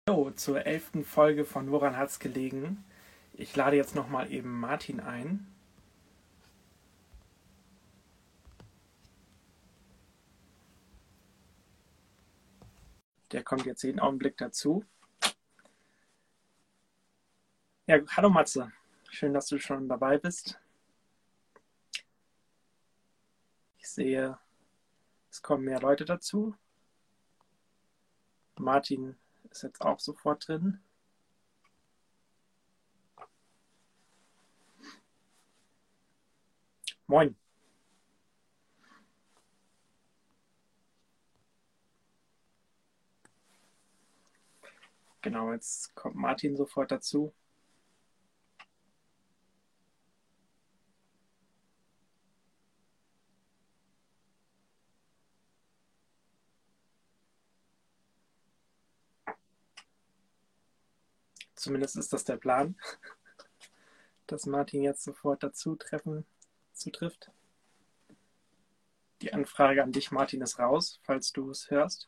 Hallo zur 11. Folge von Woran hat's gelegen? Ich lade jetzt nochmal eben Martin ein. Der kommt jetzt jeden Augenblick dazu. Ja, hallo Matze. Schön, dass du schon dabei bist. Ich sehe, es kommen mehr Leute dazu. Martin ist jetzt auch sofort drin. Moin. Genau, jetzt kommt Martin sofort dazu. Zumindest ist das der Plan, dass Martin jetzt sofort zutrifft. Die Anfrage an dich, Martin, ist raus, falls du es hörst.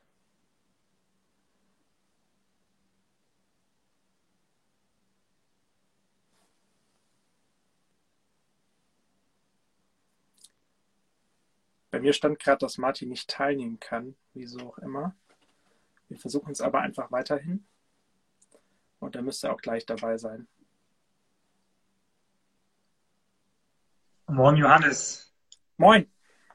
Bei mir stand gerade, dass Martin nicht teilnehmen kann, wieso auch immer. Wir versuchen es aber einfach weiterhin. Und er müsste auch gleich dabei sein. Moin Johannes. Moin.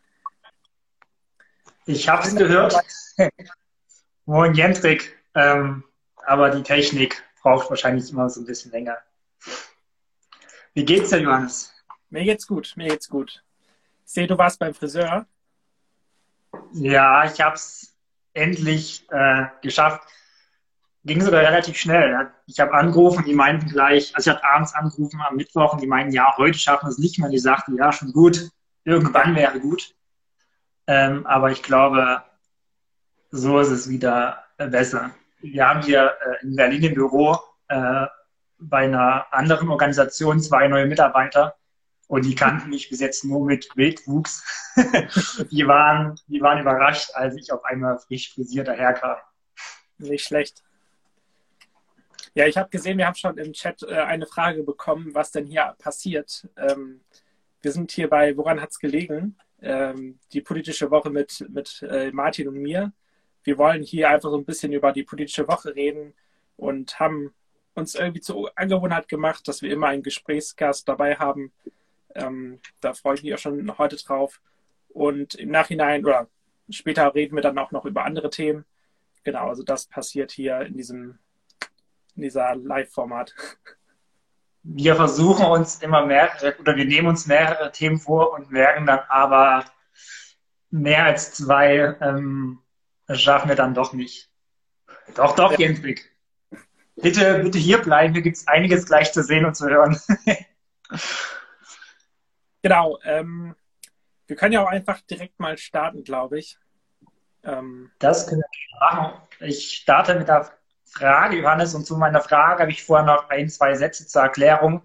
Ich habe es gehört. Moin Jendrik. Aber die Technik braucht wahrscheinlich immer so ein bisschen länger. Wie geht's dir, Johannes? Mir geht's gut. Ich sehe, du warst beim Friseur. Ja, ich habe es endlich geschafft. Ging sogar relativ schnell. Ne? Ich habe angerufen, die meinten gleich, also ich habe abends angerufen am Mittwoch und die meinten, ja, heute schaffen wir es nicht mehr. Die sagten, ja, schon gut, irgendwann wäre gut. Aber ich glaube, so ist es wieder besser. Wir haben hier in Berlin im Büro bei einer anderen Organisation 2 neue Mitarbeiter und die kannten mich bis jetzt nur mit Wildwuchs. Die waren überrascht, als ich auf einmal frisch frisiert daherkam. Nicht schlecht. Ja, ich habe gesehen, wir haben schon im Chat eine Frage bekommen, was denn hier passiert. Wir sind hier bei Woran hat's gelegen? Die politische Woche mit Martin und mir. Wir wollen hier einfach so ein bisschen über die politische Woche reden und haben uns irgendwie zur Angewohnheit gemacht, dass wir immer einen Gesprächsgast dabei haben. Da freue ich mich auch schon heute drauf. Und im Nachhinein oder später reden wir dann auch noch über andere Themen. Genau, also das passiert hier in dieser Live-Format. Wir versuchen uns immer wir nehmen uns mehrere Themen vor und merken dann aber, mehr als 2 schaffen wir dann doch nicht. Doch, Jendrik. Bitte hier bleiben, hier gibt es einiges gleich zu sehen und zu hören. Genau, wir können ja auch einfach direkt mal starten, glaube ich. Das können wir machen. Ich starte mit der Frage, Johannes, und zu meiner Frage habe ich vorher noch 1, 2 Sätze zur Erklärung.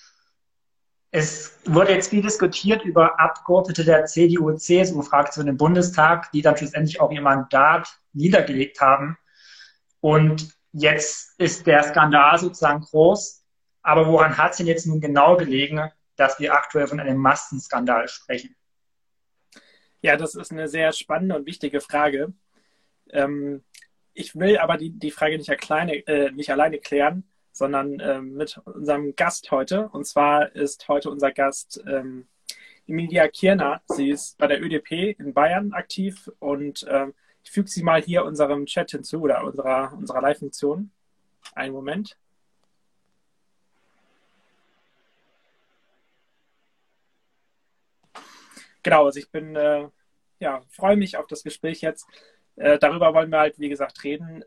Es wurde jetzt viel diskutiert über Abgeordnete der CDU und CSU-Fraktion im Bundestag, die dann schlussendlich auch ihr Mandat niedergelegt haben. Und jetzt ist der Skandal sozusagen groß. Aber woran hat es denn jetzt nun genau gelegen, dass wir aktuell von einem Massenskandal sprechen? Ja, das ist eine sehr spannende und wichtige Frage. Ich will aber die Frage nicht alleine klären, sondern mit unserem Gast heute. Und zwar ist heute unser Gast Emilia Kirner. Sie ist bei der ÖDP in Bayern aktiv und ich füge sie mal hier unserem Chat hinzu oder unserer Live-Funktion. Einen Moment. Genau, also ich freue mich auf das Gespräch jetzt. Darüber wollen wir halt, wie gesagt, reden.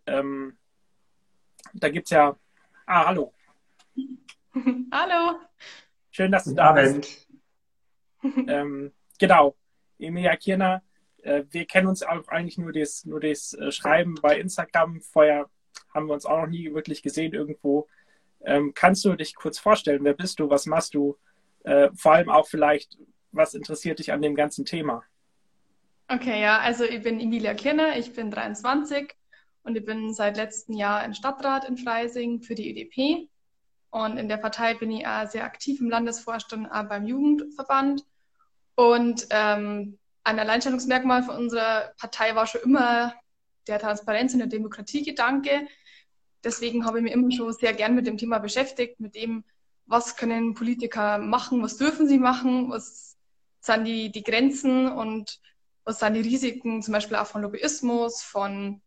Da gibt es ja. Hallo. Hallo. Schön, dass du Guten da Abend. bist. Genau, Emilia Kirner. Wir kennen uns auch eigentlich nur das Schreiben bei Instagram. Vorher haben wir uns auch noch nie wirklich gesehen irgendwo. Kannst du dich kurz vorstellen? Wer bist du? Was machst du? Vor allem auch vielleicht, was interessiert dich an dem ganzen Thema? Okay, ja, also ich bin Emilia Kirner, ich bin 23 und ich bin seit letztem Jahr im Stadtrat in Freising für die ÖDP. Und in der Partei bin ich auch sehr aktiv im Landesvorstand, auch beim Jugendverband. Und ein Alleinstellungsmerkmal von unserer Partei war schon immer der Transparenz- und der Demokratiegedanke. Deswegen habe ich mich immer schon sehr gern mit dem Thema beschäftigt, mit dem, was können Politiker machen, was dürfen sie machen, was sind die Grenzen und was sind die Risiken, zum Beispiel auch von Lobbyismus, von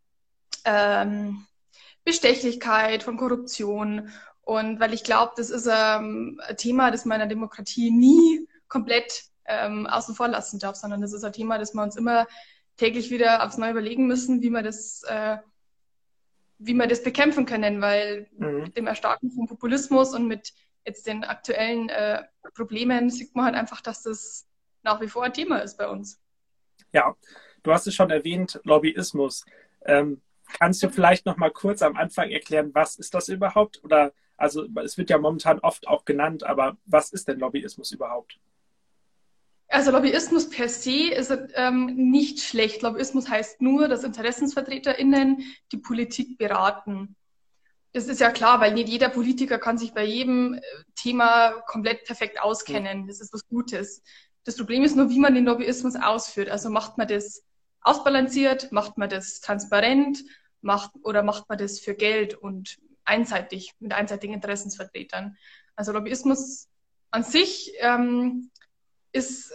Bestechlichkeit, von Korruption. Und weil ich glaube, das ist ein Thema, das man in der Demokratie nie komplett außen vor lassen darf, sondern das ist ein Thema, das wir uns immer täglich wieder aufs Neue überlegen müssen, wie wir das bekämpfen können, weil mit dem Erstarken von Populismus und mit jetzt den aktuellen Problemen sieht man halt einfach, dass das nach wie vor ein Thema ist bei uns. Ja, du hast es schon erwähnt, Lobbyismus. Kannst du vielleicht noch mal kurz am Anfang erklären, was ist das überhaupt? Oder, also es wird ja momentan oft auch genannt, aber was ist denn Lobbyismus überhaupt? Also Lobbyismus per se ist nicht schlecht. Lobbyismus heißt nur, dass InteressensvertreterInnen die Politik beraten. Das ist ja klar, weil nicht jeder Politiker kann sich bei jedem Thema komplett perfekt auskennen. Das ist was Gutes. Das Problem ist nur, wie man den Lobbyismus ausführt. Also macht man das ausbalanciert, macht man das transparent, macht man das für Geld und einseitig, mit einseitigen Interessensvertretern. Also Lobbyismus an sich ist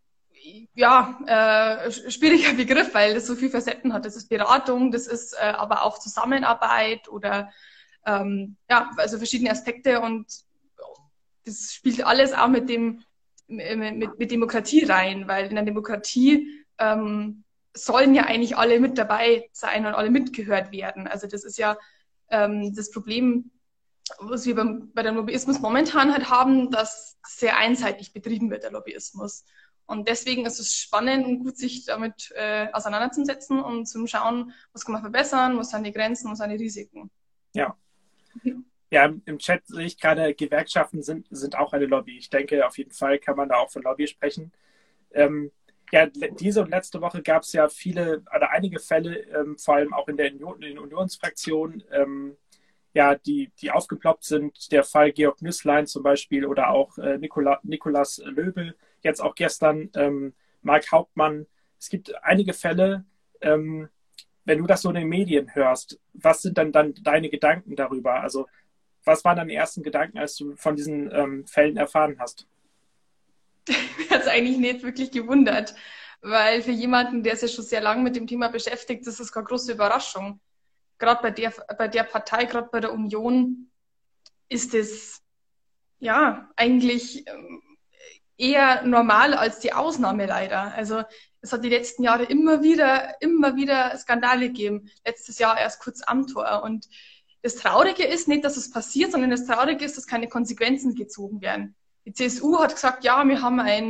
schwieriger Begriff, weil das so viele Facetten hat. Das ist Beratung, das ist aber auch Zusammenarbeit oder also verschiedene Aspekte und das spielt alles auch mit Demokratie rein, weil in der Demokratie sollen ja eigentlich alle mit dabei sein und alle mitgehört werden. Also das ist ja das Problem, was wir bei dem Lobbyismus momentan halt haben, dass sehr einseitig betrieben wird, der Lobbyismus. Und deswegen ist es spannend und gut, sich damit auseinanderzusetzen und zu schauen, was kann man verbessern, was sind die Grenzen, was sind die Risiken. Ja. Ja, im Chat sehe ich gerade, Gewerkschaften sind auch eine Lobby. Ich denke, auf jeden Fall kann man da auch von Lobby sprechen. Diese und letzte Woche gab es ja einige Fälle, vor allem auch in den Unionsfraktionen, die aufgeploppt sind. Der Fall Georg Nüßlein zum Beispiel oder auch Nikolaus Löbel, jetzt auch gestern Mark Hauptmann. Es gibt einige Fälle, wenn du das so in den Medien hörst, was sind dann deine Gedanken darüber? Also was waren deine ersten Gedanken, als du von diesen Fällen erfahren hast? Mich hat es eigentlich nicht wirklich gewundert, weil für jemanden, der sich schon sehr lange mit dem Thema beschäftigt, das ist keine große Überraschung. Gerade bei der Partei, gerade bei der Union, ist es ja eigentlich eher normal als die Ausnahme leider. Also es hat die letzten Jahre immer wieder Skandale gegeben. Letztes Jahr erst kurz Amtor. Und das Traurige ist nicht, dass es passiert, sondern das Traurige ist, dass keine Konsequenzen gezogen werden. Die CSU hat gesagt, ja, wir haben einen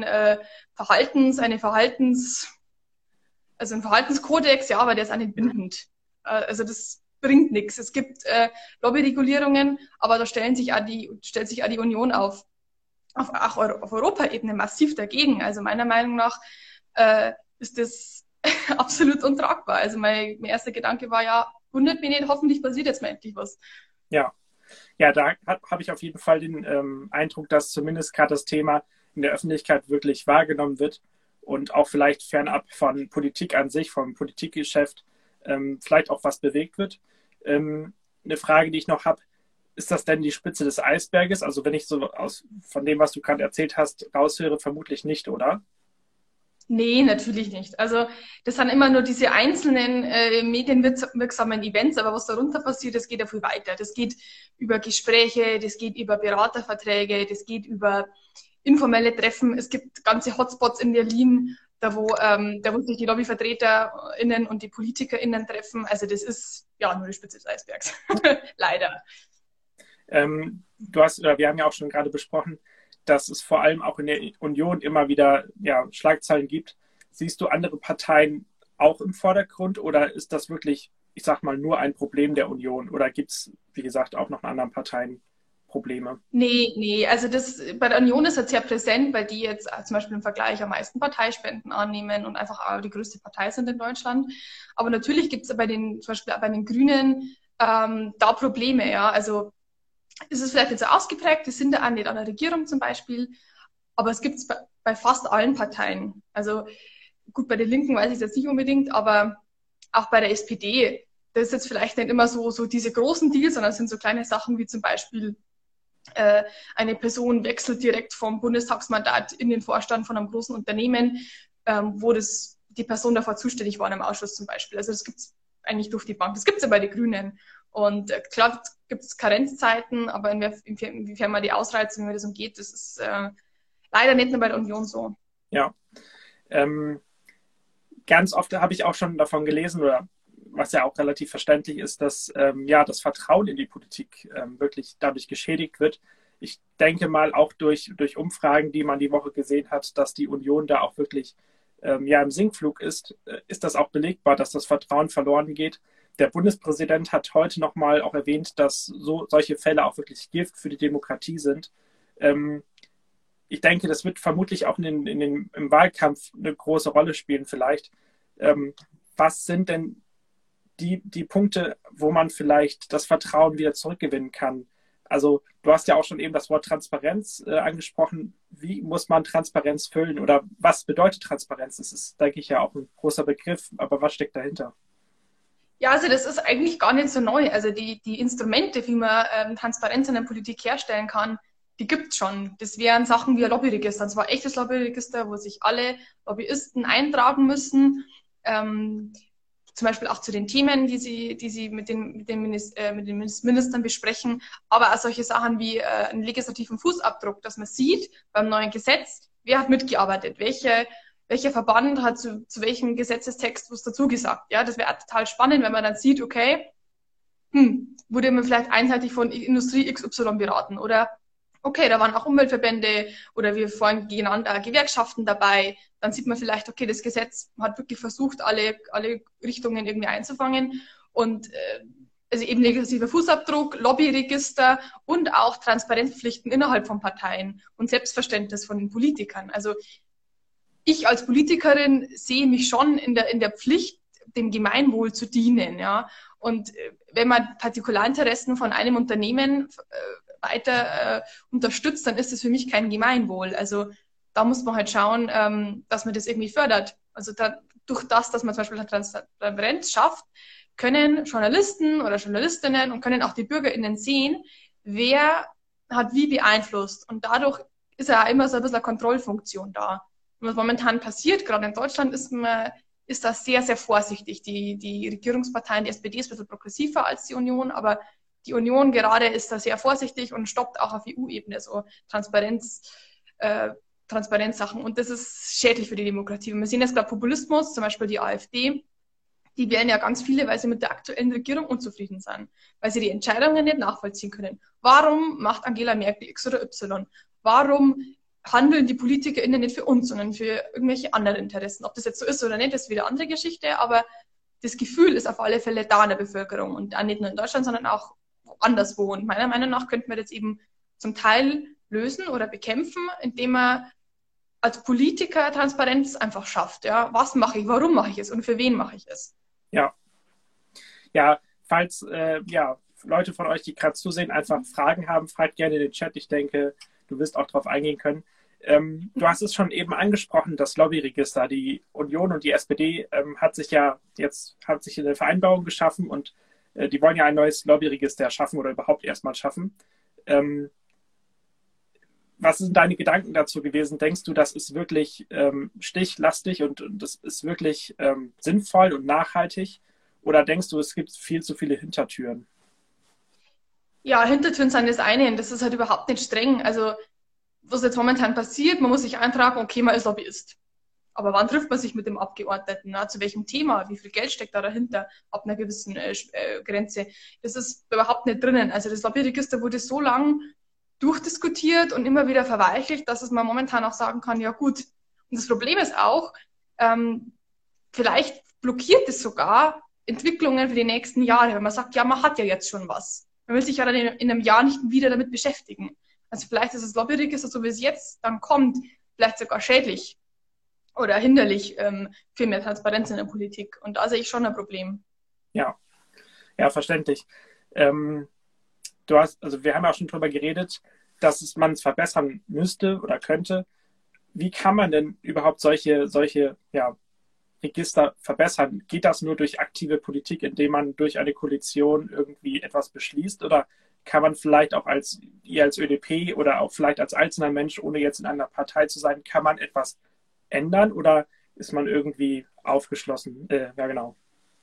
Verhaltenskodex, ja, aber der ist auch nicht bindend. Also das bringt nichts. Es gibt Lobbyregulierungen, aber da stellt sich auch die Union auf Europaebene massiv dagegen. Also meiner Meinung nach ist das absolut untragbar. Also mein erster Gedanke war ja, wundert mich nicht, hoffentlich passiert jetzt mal endlich was. Ja, da habe ich auf jeden Fall den Eindruck, dass zumindest gerade das Thema in der Öffentlichkeit wirklich wahrgenommen wird und auch vielleicht fernab von Politik an sich, vom Politikgeschäft, vielleicht auch was bewegt wird. Eine Frage, die ich noch habe, ist das denn die Spitze des Eisberges? Also wenn ich so von dem, was du gerade erzählt hast, raushöre, vermutlich nicht, oder? Nee, natürlich nicht. Also das sind immer nur diese einzelnen medienwirksamen Events, aber was darunter passiert, das geht ja viel weiter. Das geht über Gespräche, das geht über Beraterverträge, das geht über informelle Treffen. Es gibt ganze Hotspots in Berlin, da wo sich die LobbyvertreterInnen und die PolitikerInnen treffen. Also das ist ja nur die Spitze des Eisbergs. Leider. Wir haben ja auch schon gerade besprochen, dass es vor allem auch in der Union immer wieder Schlagzeilen gibt. Siehst du andere Parteien auch im Vordergrund oder ist das wirklich, ich sag mal, nur ein Problem der Union? Oder gibt es, wie gesagt, auch noch in anderen Parteien Probleme? Nee, also bei der Union ist das sehr präsent, weil die jetzt zum Beispiel im Vergleich am meisten Parteispenden annehmen und einfach auch die größte Partei sind in Deutschland. Aber natürlich gibt es zum Beispiel auch bei den Grünen da Probleme, ja. Also ist es vielleicht jetzt so ausgeprägt, die sind ja auch nicht an der Regierung zum Beispiel, aber es gibt es bei fast allen Parteien. Also gut, bei den Linken weiß ich es jetzt nicht unbedingt, aber auch bei der SPD, das ist jetzt vielleicht nicht immer so diese großen Deals, sondern es sind so kleine Sachen wie zum Beispiel eine Person wechselt direkt vom Bundestagsmandat in den Vorstand von einem großen Unternehmen, wo die Person davor zuständig war im Ausschuss zum Beispiel. Also das gibt es eigentlich durch die Bank. Das gibt es ja bei den Grünen. Und klar gibt es Karenzzeiten, aber inwiefern man die ausreizt, wenn man das umgeht, das ist leider nicht nur bei der Union so. Ja. Ganz oft habe ich auch schon davon gelesen, oder was ja auch relativ verständlich ist, dass das Vertrauen in die Politik wirklich dadurch geschädigt wird. Ich denke mal auch durch Umfragen, die man die Woche gesehen hat, dass die Union da auch wirklich im Sinkflug ist das auch belegbar, dass das Vertrauen verloren geht. Der Bundespräsident hat heute nochmal auch erwähnt, dass solche Fälle auch wirklich Gift für die Demokratie sind. Ich denke, das wird vermutlich auch im Wahlkampf eine große Rolle spielen vielleicht. Was sind denn die Punkte, wo man vielleicht das Vertrauen wieder zurückgewinnen kann? Also du hast ja auch schon eben das Wort Transparenz angesprochen. Wie muss man Transparenz füllen oder was bedeutet Transparenz? Das ist, denke ich, ja auch ein großer Begriff, aber was steckt dahinter? Ja, also das ist eigentlich gar nicht so neu. Also die Instrumente, wie man Transparenz in der Politik herstellen kann, die gibt es schon. Das wären Sachen wie ein Lobbyregister, und zwar ein echtes Lobbyregister, wo sich alle Lobbyisten eintragen müssen. Zum Beispiel auch zu den Themen, die sie mit den Ministern besprechen, aber auch solche Sachen wie einen legislativen Fußabdruck, dass man sieht beim neuen Gesetz, wer hat mitgearbeitet, welcher Verband hat zu welchem Gesetzestext was dazu gesagt. Ja, das wäre total spannend, wenn man dann sieht, okay, wurde man vielleicht einseitig von Industrie XY beraten oder okay, da waren auch Umweltverbände oder wie vorhin genannt Gewerkschaften dabei. Dann sieht man vielleicht, okay, das Gesetz hat wirklich versucht, alle Richtungen irgendwie einzufangen. Und also eben legislativer Fußabdruck, Lobbyregister und auch Transparenzpflichten innerhalb von Parteien und Selbstverständnis von den Politikern. Also ich als Politikerin sehe mich schon in der Pflicht, dem Gemeinwohl zu dienen. Ja? Und wenn man Partikularinteressen von einem Unternehmen weiter unterstützt, dann ist das für mich kein Gemeinwohl. Also da muss man halt schauen, dass man das irgendwie fördert. Also durch das, dass man zum Beispiel Transparenz schafft, können Journalisten oder Journalistinnen und können auch die BürgerInnen sehen, wer hat wie beeinflusst. Und dadurch ist ja immer so ein bisschen eine Kontrollfunktion da. Und was momentan passiert, gerade in Deutschland, ist das sehr, sehr vorsichtig. Die Regierungsparteien, die SPD ist ein bisschen progressiver als die Union, aber die Union gerade ist da sehr vorsichtig und stoppt auch auf EU-Ebene so Transparenzsachen. Und das ist schädlich für die Demokratie. Und wir sehen jetzt gerade Populismus, zum Beispiel die AfD, die wählen ja ganz viele, weil sie mit der aktuellen Regierung unzufrieden sind, weil sie die Entscheidungen nicht nachvollziehen können. Warum macht Angela Merkel X oder Y? Warum handeln die PolitikerInnen nicht für uns, sondern für irgendwelche anderen Interessen? Ob das jetzt so ist oder nicht, ist wieder eine andere Geschichte, aber das Gefühl ist auf alle Fälle da in der Bevölkerung und auch nicht nur in Deutschland, sondern auch anderswo. Und meiner Meinung nach könnte man das eben zum Teil lösen oder bekämpfen, indem man als Politiker Transparenz einfach schafft. Ja? Was mache ich, warum mache ich es und für wen mache ich es? Ja, falls Leute von euch, die gerade zusehen, einfach Fragen haben, fragt gerne in den Chat. Ich denke, du wirst auch darauf eingehen können. Du hast es schon eben angesprochen, das Lobbyregister. Die Union und die SPD hat sich eine Vereinbarung geschaffen und die wollen ja ein neues Lobbyregister schaffen oder überhaupt erstmal schaffen. Was sind deine Gedanken dazu gewesen? Denkst du, das ist wirklich stichlastig und das ist wirklich sinnvoll und nachhaltig? Oder denkst du, es gibt viel zu viele Hintertüren? Ja, Hintertüren sind das eine und das ist halt überhaupt nicht streng. Also was jetzt momentan passiert, man muss sich eintragen, okay, man ist Lobbyist. Aber wann trifft man sich mit dem Abgeordneten? Na, zu welchem Thema? Wie viel Geld steckt da dahinter? Ab einer gewissen Grenze. Das ist überhaupt nicht drinnen. Also das Lobbyregister wurde so lang durchdiskutiert und immer wieder verweichlicht, dass es man momentan auch sagen kann, ja gut. Und das Problem ist auch, vielleicht blockiert es sogar Entwicklungen für die nächsten Jahre, wenn man sagt, ja, man hat ja jetzt schon was. Man will sich ja dann in einem Jahr nicht wieder damit beschäftigen. Also vielleicht ist das Lobbyregister, so wie es jetzt dann kommt, vielleicht sogar schädlich oder hinderlich für mehr Transparenz in der Politik. Und da sehe ich schon ein Problem. Ja, ja, verständlich. Wir haben ja auch schon drüber geredet, dass man es verbessern müsste oder könnte. Wie kann man denn überhaupt solche Register verbessern? Geht das nur durch aktive Politik, indem man durch eine Koalition irgendwie etwas beschließt? Oder kann man vielleicht auch als ÖDP oder auch vielleicht als einzelner Mensch, ohne jetzt in einer Partei zu sein, kann man etwas ändern oder ist man irgendwie aufgeschlossen? Ja, genau.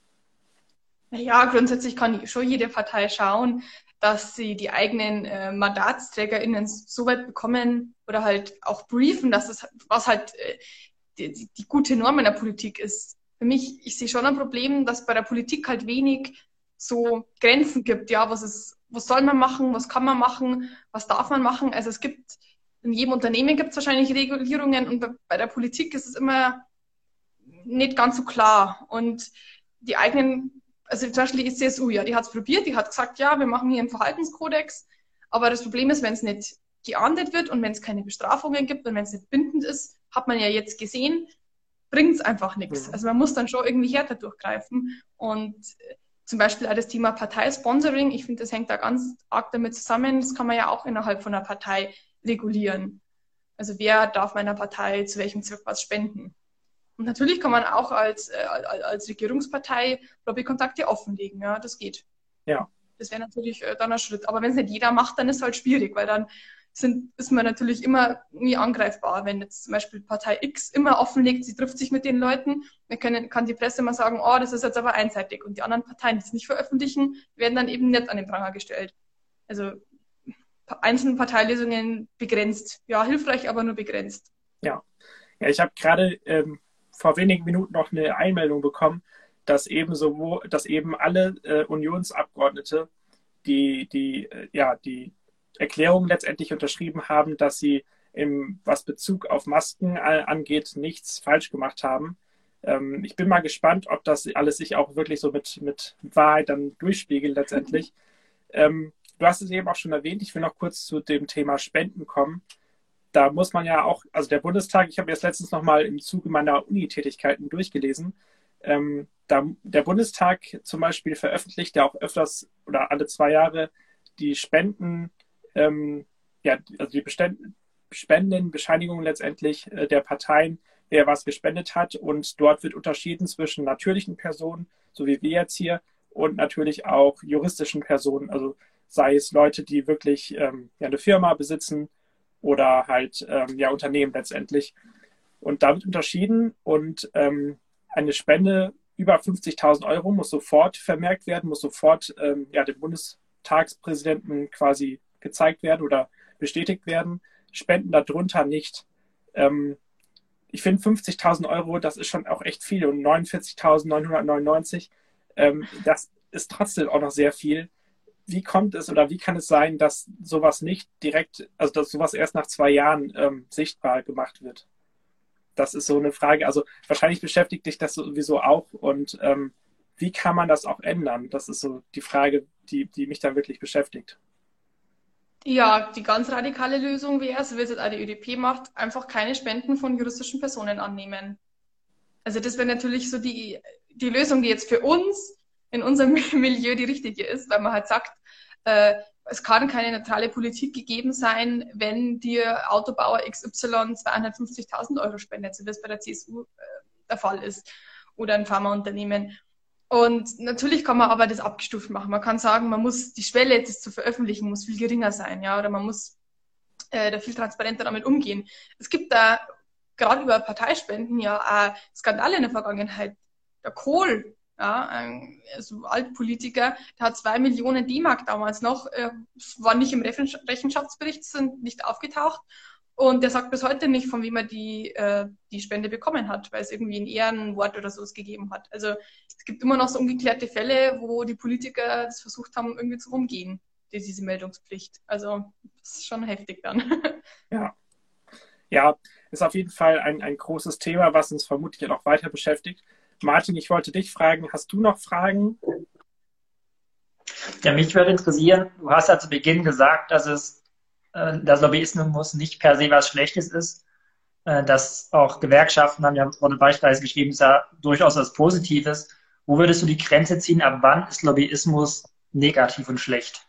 Ja, grundsätzlich kann schon jede Partei schauen, dass sie die eigenen MandatsträgerInnen so weit bekommen oder halt auch briefen, dass es, was halt die gute Norm in der Politik ist. Für mich, ich sehe schon ein Problem, dass bei der Politik halt wenig so Grenzen gibt. Ja, was soll man machen, was kann man machen, was darf man machen? Also es gibt, in jedem Unternehmen gibt es wahrscheinlich Regulierungen und bei der Politik ist es immer nicht ganz so klar. Und die eigenen, also zum Beispiel die CSU, ja, die hat es probiert, die hat gesagt, ja, wir machen hier einen Verhaltenskodex, aber das Problem ist, wenn es nicht geahndet wird und wenn es keine Bestrafungen gibt und wenn es nicht bindend ist, hat man ja jetzt gesehen, bringt es einfach nichts. Also man muss dann schon irgendwie härter durchgreifen und zum Beispiel auch das Thema Parteisponsoring, ich finde, das hängt da ganz arg damit zusammen, das kann man ja auch innerhalb von einer Partei regulieren. Also wer darf meiner Partei zu welchem Zweck was spenden? Und natürlich kann man auch als Regierungspartei Lobbykontakte offenlegen. Ja, das geht. Ja. Das wäre natürlich dann ein Schritt. Aber wenn es nicht jeder macht, dann ist es halt schwierig, weil dann ist man natürlich immer nie angreifbar. Wenn jetzt zum Beispiel Partei X immer offenlegt, sie trifft sich mit den Leuten, dann kann die Presse mal sagen, oh, das ist jetzt aber einseitig. Und die anderen Parteien, die es nicht veröffentlichen, werden dann eben nicht an den Pranger gestellt. Also einzelne Parteilösungen begrenzt. Ja, hilfreich, aber nur begrenzt. Ja, ich habe gerade vor wenigen Minuten noch eine Einmeldung bekommen, dass eben alle Unionsabgeordnete die Erklärung letztendlich unterschrieben haben, dass sie was Bezug auf Masken angeht, nichts falsch gemacht haben. Ich bin mal gespannt, ob das alles sich auch wirklich so mit Wahrheit dann durchspiegelt letztendlich. Du hast es eben auch schon erwähnt, ich will noch kurz zu dem Thema Spenden kommen. Da muss man ja auch, also der Bundestag, ich habe jetzt letztens nochmal im Zuge meiner Uni-Tätigkeiten durchgelesen, der Bundestag zum Beispiel veröffentlicht ja auch öfters oder alle 2 Jahre die Spenden, also die Spendenbescheinigungen letztendlich der Parteien, wer was gespendet hat. Und dort wird unterschieden zwischen natürlichen Personen, so wie wir jetzt hier, und natürlich auch juristischen Personen, also sei es Leute, die wirklich eine Firma besitzen oder halt Unternehmen letztendlich. Und da wird unterschieden und eine Spende über 50.000 Euro muss sofort vermerkt werden, muss sofort dem Bundestagspräsidenten quasi gezeigt werden oder bestätigt werden. Spenden darunter nicht. Ich finde 50.000 Euro, das ist schon auch echt viel und 49.999, das ist trotzdem auch noch sehr viel. Wie kommt es oder wie kann es sein, dass sowas nicht direkt, also dass sowas erst nach 2 Jahren sichtbar gemacht wird? Das ist so eine Frage. Also wahrscheinlich beschäftigt dich das sowieso auch. Und wie kann man das auch ändern? Das ist so die Frage, die mich dann wirklich beschäftigt. Ja, die ganz radikale Lösung wäre, so wie es jetzt auch die ÖDP macht, einfach keine Spenden von juristischen Personen annehmen. Also das wäre natürlich so die Lösung, die jetzt für uns in unserem Milieu die richtige ist, weil man halt sagt, es kann keine neutrale Politik gegeben sein, wenn dir Autobauer XY 250.000 Euro spendet, so wie es bei der CSU der Fall ist, oder ein Pharmaunternehmen. Und natürlich kann man aber das abgestuft machen. Man kann sagen, man muss die Schwelle, das zu veröffentlichen, muss viel geringer sein, ja, oder man muss da viel transparenter damit umgehen. Es gibt da gerade über Parteispenden ja auch Skandale in der Vergangenheit. Der Kohl, ja, also Altpolitiker, der hat 2 Millionen D-Mark damals noch, war nicht im Rechenschaftsbericht, sind nicht aufgetaucht. Und der sagt bis heute nicht, von wem er die Spende bekommen hat, weil es irgendwie ein Ehrenwort oder so gegeben hat. Also es gibt immer noch so ungeklärte Fälle, wo die Politiker das versucht haben, irgendwie zu umgehen, diese Meldungspflicht. Also das ist schon heftig dann. Ja, ist auf jeden Fall ein großes Thema, was uns vermutlich noch weiter beschäftigt. Martin, ich wollte dich fragen, hast du noch Fragen? Ja, mich würde interessieren, du hast ja zu Beginn gesagt, dass Lobbyismus nicht per se was Schlechtes ist, dass auch Gewerkschaften, haben ja wurde beispielsweise geschrieben, ist ja durchaus was Positives. Wo würdest du die Grenze ziehen? Ab wann ist Lobbyismus negativ und schlecht?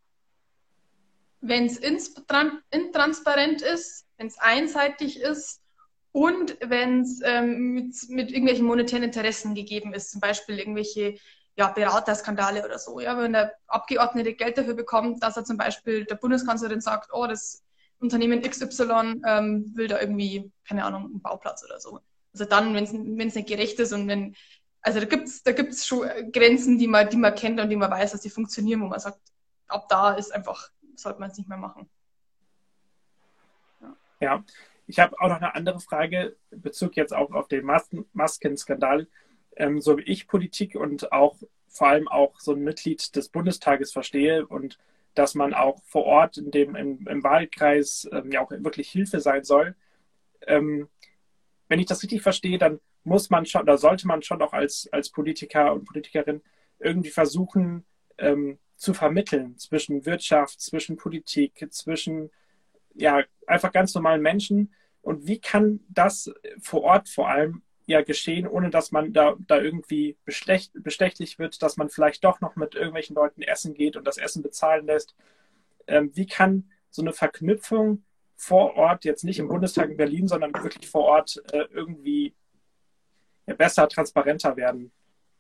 Wenn es intransparent ist, wenn es einseitig ist und wenn es mit irgendwelchen monetären Interessen gegeben ist, zum Beispiel irgendwelche Beraterskandale oder so. Ja, wenn der Abgeordnete Geld dafür bekommt, dass er zum Beispiel der Bundeskanzlerin sagt, oh, das Unternehmen XY will da irgendwie, keine Ahnung, einen Bauplatz oder so. Also dann, wenn es nicht gerecht ist und also da gibt's schon Grenzen, die man kennt und die man weiß, dass die funktionieren, wo man sagt, ab da ist einfach, sollte man es nicht mehr machen. Ja, ich habe auch noch eine andere Frage, in Bezug jetzt auch auf den Maskenskandal. So wie ich Politik und auch vor allem auch so ein Mitglied des Bundestages verstehe und dass man auch vor Ort im Wahlkreis ja auch wirklich Hilfe sein soll. Wenn ich das richtig verstehe, dann muss man schon, oder sollte man schon auch als Politiker und Politikerin irgendwie versuchen zu vermitteln zwischen Wirtschaft, zwischen Politik, zwischen ja einfach ganz normalen Menschen. Und wie kann das vor Ort vor allem ja geschehen, ohne dass man da irgendwie bestechlich wird, dass man vielleicht doch noch mit irgendwelchen Leuten essen geht und das Essen bezahlen lässt? Wie kann so eine Verknüpfung vor Ort, jetzt nicht im Bundestag in Berlin, sondern wirklich vor Ort irgendwie besser, transparenter werden?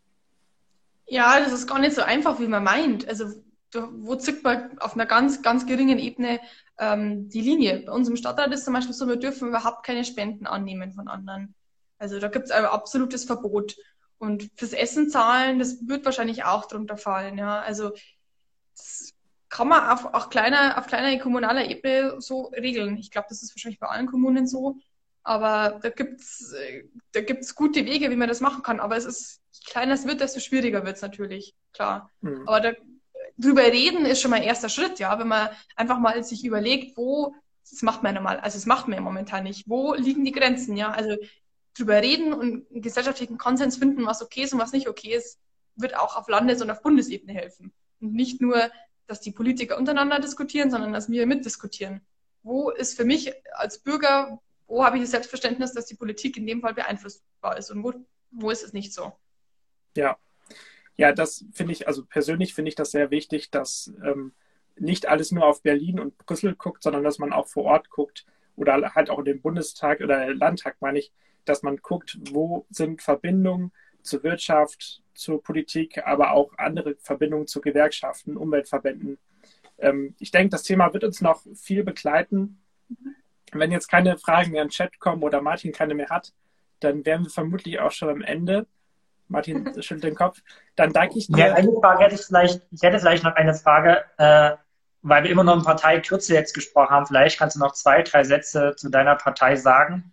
Ja, das ist gar nicht so einfach, wie man meint. Also wo zückt man auf einer ganz, ganz geringen Ebene die Linie? Bei uns im Stadtrat ist zum Beispiel so, wir dürfen überhaupt keine Spenden annehmen von anderen. Also da gibt es ein absolutes Verbot. Und fürs Essen zahlen, das wird wahrscheinlich auch drunter fallen. Ja, also das kann man auf kleiner kommunaler Ebene so regeln. Ich glaube, das ist wahrscheinlich bei allen Kommunen so. Aber da gibt's gute Wege, wie man das machen kann. Aber je kleiner es wird, desto schwieriger wird es natürlich, klar. Mhm. Aber drüber reden ist schon mal ein erster Schritt, ja. Wenn man einfach mal sich überlegt, das macht man ja normal, also das macht man ja momentan nicht. Wo liegen die Grenzen, ja? Also drüber reden und einen gesellschaftlichen Konsens finden, was okay ist und was nicht okay ist, wird auch auf Landes- und auf Bundesebene helfen. Und nicht nur, dass die Politiker untereinander diskutieren, sondern dass wir mitdiskutieren. Wo ist für mich als Bürger, wo habe ich das Selbstverständnis, dass die Politik in dem Fall beeinflussbar ist und wo ist es nicht so? Ja, ja, das finde ich, also persönlich finde ich das sehr wichtig, dass nicht alles nur auf Berlin und Brüssel guckt, sondern dass man auch vor Ort guckt oder halt auch in den Bundestag oder Landtag, meine ich, dass man guckt, wo sind Verbindungen zur Wirtschaft, zur Politik, aber auch andere Verbindungen zu Gewerkschaften, Umweltverbänden. Ich denke, das Thema wird uns noch viel begleiten. Wenn jetzt keine Fragen mehr im Chat kommen oder Martin keine mehr hat, dann wären wir vermutlich auch schon am Ende. Martin schüttelt den Kopf. Dann danke ich dir. Ja, eine Frage hätte ich hätte vielleicht noch eine Frage, weil wir immer noch um Parteikürze jetzt gesprochen haben. Vielleicht kannst du noch 2, 3 Sätze zu deiner Partei sagen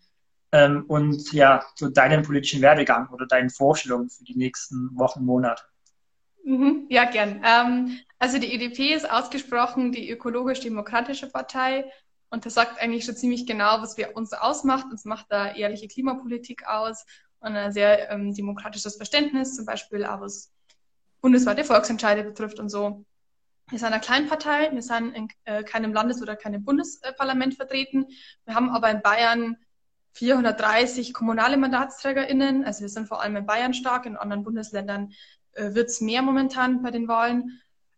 und ja, zu deinem politischen Werdegang oder deinen Vorstellungen für die nächsten Wochen, Monate. Ja, gern. Also die EDP ist ausgesprochen die ökologisch-demokratische Partei und das sagt eigentlich schon ziemlich genau, was uns ausmacht. Uns macht da ehrliche Klimapolitik aus und ein sehr demokratisches Verständnis, zum Beispiel auch was bundesweite Volksentscheide betrifft und so. Wir sind eine Kleinpartei, wir sind in keinem Landes- oder keinem Bundesparlament vertreten. Wir haben aber in Bayern 430 kommunale MandatsträgerInnen. Also wir sind vor allem in Bayern stark, in anderen Bundesländern wird es mehr momentan bei den Wahlen.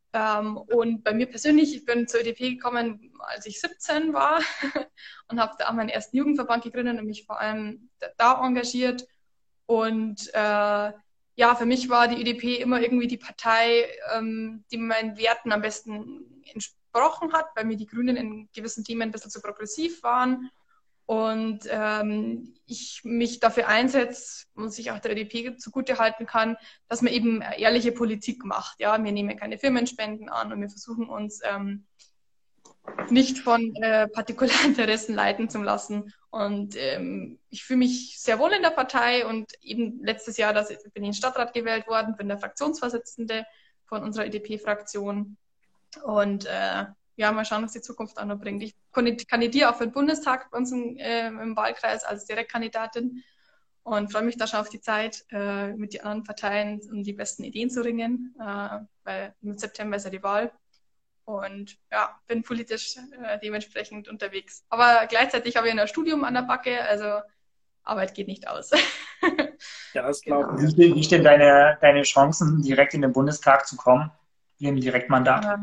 Und bei mir persönlich, ich bin zur ÖDP gekommen, als ich 17 war und habe da meinen ersten Jugendverband gegründet und mich vor allem da engagiert. Und ja, für mich war die ÖDP immer irgendwie die Partei, die meinen Werten am besten entsprochen hat, weil mir die Grünen in gewissen Themen ein bisschen zu progressiv waren. Und ich mich dafür einsetze und sich auch der ÖDP zugutehalten kann, dass man eben ehrliche Politik macht. Ja, wir nehmen keine Firmenspenden an und wir versuchen uns nicht von Partikularinteressen leiten zu lassen. Und ich fühle mich sehr wohl in der Partei und eben letztes Jahr bin ich in den Stadtrat gewählt worden, bin der Fraktionsvorsitzende von unserer ÖDP-Fraktion. Und ja, mal schauen, was die Zukunft auch noch bringt. Ich kandidiere auch für den Bundestag bei uns im Wahlkreis als Direktkandidatin. und freue mich da schon auf die Zeit, mit den anderen Parteien um die besten Ideen zu ringen, weil im September ist ja die Wahl. Und ja, bin politisch dementsprechend unterwegs. Aber gleichzeitig habe ich ein Studium an der Backe, also Arbeit geht nicht aus. Ja, das glaube ich. Wie stehen deine Chancen, direkt in den Bundestag zu kommen, wie im Direktmandat?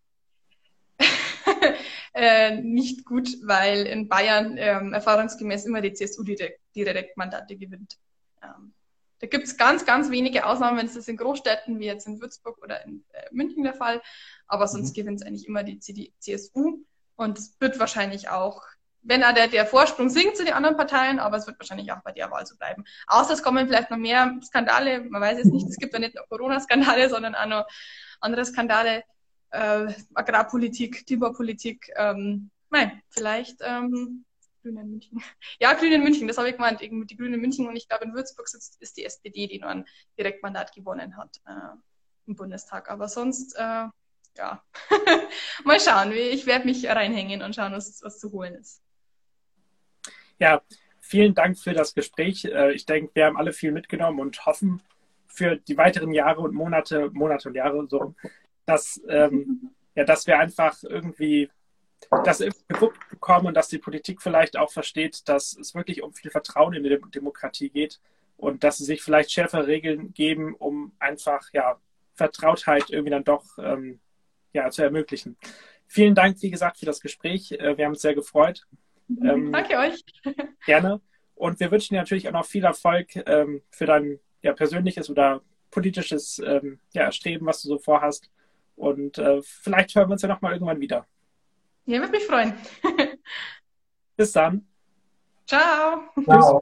Nicht gut, weil in Bayern erfahrungsgemäß immer die CSU die Direktmandate gewinnt. Da gibt es ganz, ganz wenige Ausnahmen, wenn es das in Großstädten wie jetzt in Würzburg oder in München der Fall, aber sonst gewinnt es eigentlich immer die CSU und es wird wahrscheinlich auch, wenn der Vorsprung sinkt zu den anderen Parteien, aber es wird wahrscheinlich auch bei der Wahl so bleiben. Außer es kommen vielleicht noch mehr Skandale, man weiß jetzt nicht, es gibt ja nicht nur Corona-Skandale, sondern auch noch andere Skandale, Agrarpolitik, Klimapolitik, nein, vielleicht Grünen München. Ja, Grünen München, das habe ich gemeint, irgendwie die Grünen München und ich glaube in Würzburg ist die SPD, die nur ein Direktmandat gewonnen hat im Bundestag. Aber sonst, ja, mal schauen, ich werde mich reinhängen und schauen, was zu holen ist. Ja, vielen Dank für das Gespräch. Ich denke, wir haben alle viel mitgenommen und hoffen für die weiteren Jahre und Monate und Jahre so, dass wir einfach irgendwie das gewuppt bekommen und dass die Politik vielleicht auch versteht, dass es wirklich um viel Vertrauen in die Demokratie geht und dass sie sich vielleicht schärfere Regeln geben, um einfach Vertrautheit irgendwie dann doch zu ermöglichen. Vielen Dank, wie gesagt, für das Gespräch. Wir haben uns sehr gefreut. Danke euch. Gerne. Und wir wünschen dir natürlich auch noch viel Erfolg für dein persönliches oder politisches Streben, was du so vorhast. Und vielleicht hören wir uns ja noch mal irgendwann wieder. Ja, würde mich freuen. Bis dann. Ciao. Ciao.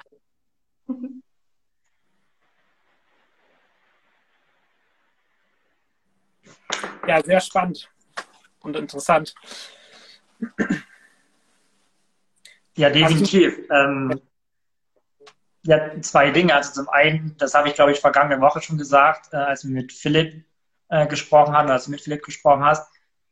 Ja, sehr spannend und interessant. Ja, definitiv. Ja, zwei Dinge. Also zum einen, das habe ich, glaube ich, vergangene Woche schon gesagt, als wir mit Philipp gesprochen haben, als du mit Philipp gesprochen hast.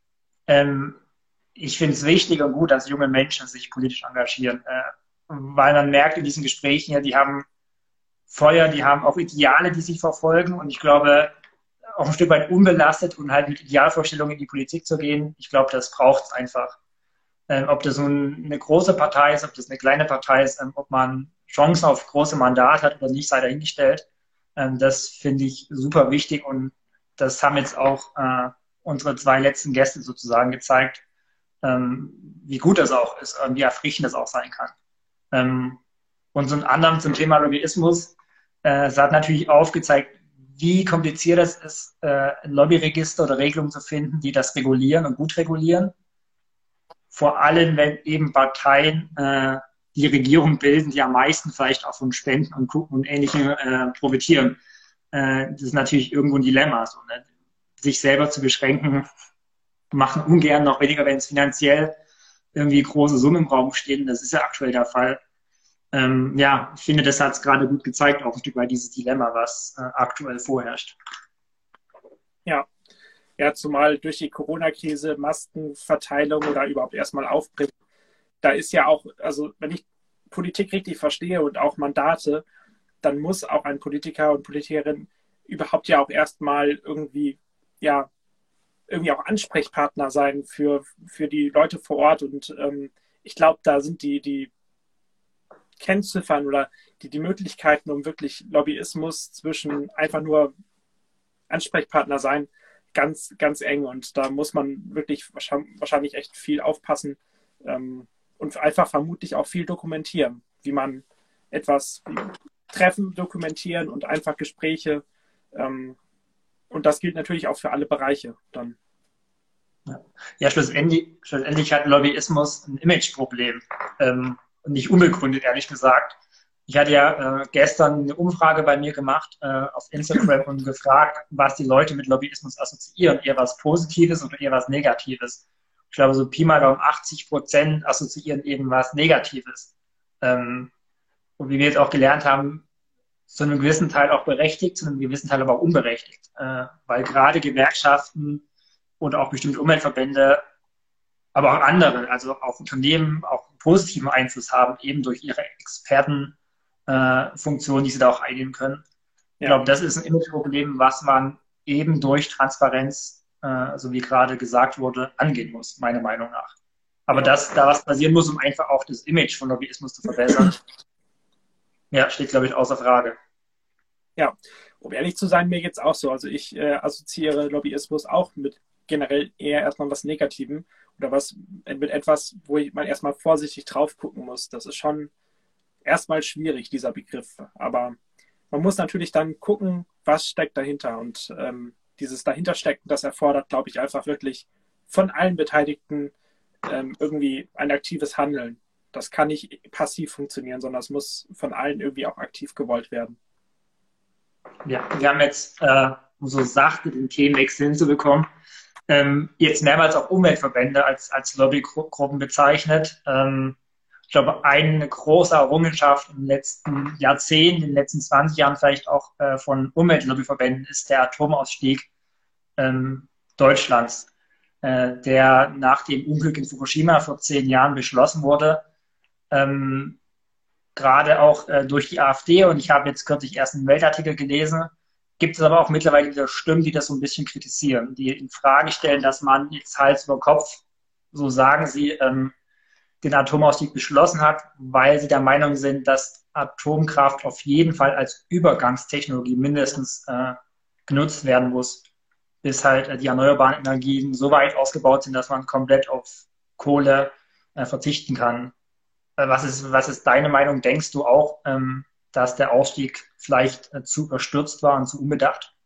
Ich finde es wichtig und gut, dass junge Menschen sich politisch engagieren, weil man merkt in diesen Gesprächen ja, die haben Feuer, die haben auch Ideale, die sie verfolgen und ich glaube, auch ein Stück weit unbelastet und halt mit Idealvorstellungen in die Politik zu gehen, ich glaube, das braucht es einfach. Ob das nun eine große Partei ist, ob das eine kleine Partei ist, ob man Chancen auf große Mandate hat oder nicht, sei dahingestellt. Das finde ich super wichtig und das haben jetzt auch unsere zwei letzten Gäste sozusagen gezeigt, wie gut das auch ist und wie erfrischend das auch sein kann. Und zum anderen zum Thema Lobbyismus, es hat natürlich aufgezeigt, wie kompliziert es ist, ein Lobbyregister oder Regelungen zu finden, die das regulieren und gut regulieren. Vor allem, wenn eben Parteien die Regierung bilden, die am meisten vielleicht auch von Spenden und Ähnlichem profitieren. Das ist natürlich irgendwo ein Dilemma. So, ne? Sich selber zu beschränken, machen ungern, noch weniger, wenn es finanziell irgendwie große Summen im Raum stehen. Das ist ja aktuell der Fall. Ich finde, das hat es gerade gut gezeigt, auch ein Stück weit dieses Dilemma, was aktuell vorherrscht. Ja, zumal durch die Corona-Krise, Maskenverteilung oder überhaupt erstmal Aufbringen, da ist ja auch, also wenn ich Politik richtig verstehe und auch Mandate, dann muss auch ein Politiker und Politikerin überhaupt ja auch erstmal irgendwie auch Ansprechpartner sein für die Leute vor Ort. Und ich glaube, da sind die Kennziffern oder die Möglichkeiten, um wirklich Lobbyismus zwischen einfach nur Ansprechpartner sein, ganz, ganz eng. Und da muss man wirklich wahrscheinlich echt viel aufpassen und einfach vermutlich auch viel dokumentieren, wie man etwas Treffen dokumentieren und einfach Gespräche. Und das gilt natürlich auch für alle Bereiche dann. Ja, schlussendlich hat Lobbyismus ein Imageproblem. Und nicht unbegründet, ehrlich gesagt. Ich hatte ja gestern eine Umfrage bei mir gemacht auf Instagram und gefragt, was die Leute mit Lobbyismus assoziieren. Eher was Positives oder eher was Negatives. Ich glaube, so Pi mal Daumen 80% assoziieren eben was Negatives. Und wie wir jetzt auch gelernt haben, zu einem gewissen Teil auch berechtigt, zu einem gewissen Teil aber auch unberechtigt. Weil gerade Gewerkschaften oder auch bestimmte Umweltverbände, aber auch andere, also auch Unternehmen, auch einen positiven Einfluss haben, eben durch ihre Experten Funktionen, die sie da auch einnehmen können. Ich glaube, das ist ein Imageproblem, was man eben durch Transparenz, so wie gerade gesagt wurde, angehen muss, meiner Meinung nach. Aber dass da was passieren muss, um einfach auch das Image von Lobbyismus zu verbessern, ja, steht, glaube ich, außer Frage. Ja, um ehrlich zu sein, mir geht es auch so. Also ich assoziiere Lobbyismus auch mit generell eher erstmal was Negativem oder mit etwas, wo man erstmal vorsichtig drauf gucken muss. Das ist schon erstmal schwierig, dieser Begriff. Aber man muss natürlich dann gucken, was steckt dahinter. Und dieses Dahinterstecken, das erfordert, glaube ich, einfach wirklich von allen Beteiligten irgendwie ein aktives Handeln. Das kann nicht passiv funktionieren, sondern es muss von allen irgendwie auch aktiv gewollt werden. Ja, wir haben jetzt, um so sachte den Themenwechsel hinzubekommen, jetzt mehrmals auch Umweltverbände als Lobbygruppen bezeichnet. Ich glaube, eine große Errungenschaft im letzten Jahrzehnt, in den letzten 20 Jahren vielleicht auch von Umweltlobbyverbänden ist der Atomausstieg Deutschlands, der nach dem Unglück in Fukushima vor 10 Jahren beschlossen wurde. Gerade auch durch die AfD, und ich habe jetzt kürzlich erst einen Weltartikel gelesen, gibt es aber auch mittlerweile wieder Stimmen, die das so ein bisschen kritisieren, die in Frage stellen, dass man jetzt Hals über Kopf, so sagen sie, den Atomausstieg beschlossen hat, weil sie der Meinung sind, dass Atomkraft auf jeden Fall als Übergangstechnologie mindestens genutzt werden muss, bis halt die erneuerbaren Energien so weit ausgebaut sind, dass man komplett auf Kohle verzichten kann. Was ist deine Meinung? Denkst du auch, dass der Ausstieg vielleicht zu überstürzt war und zu unbedacht?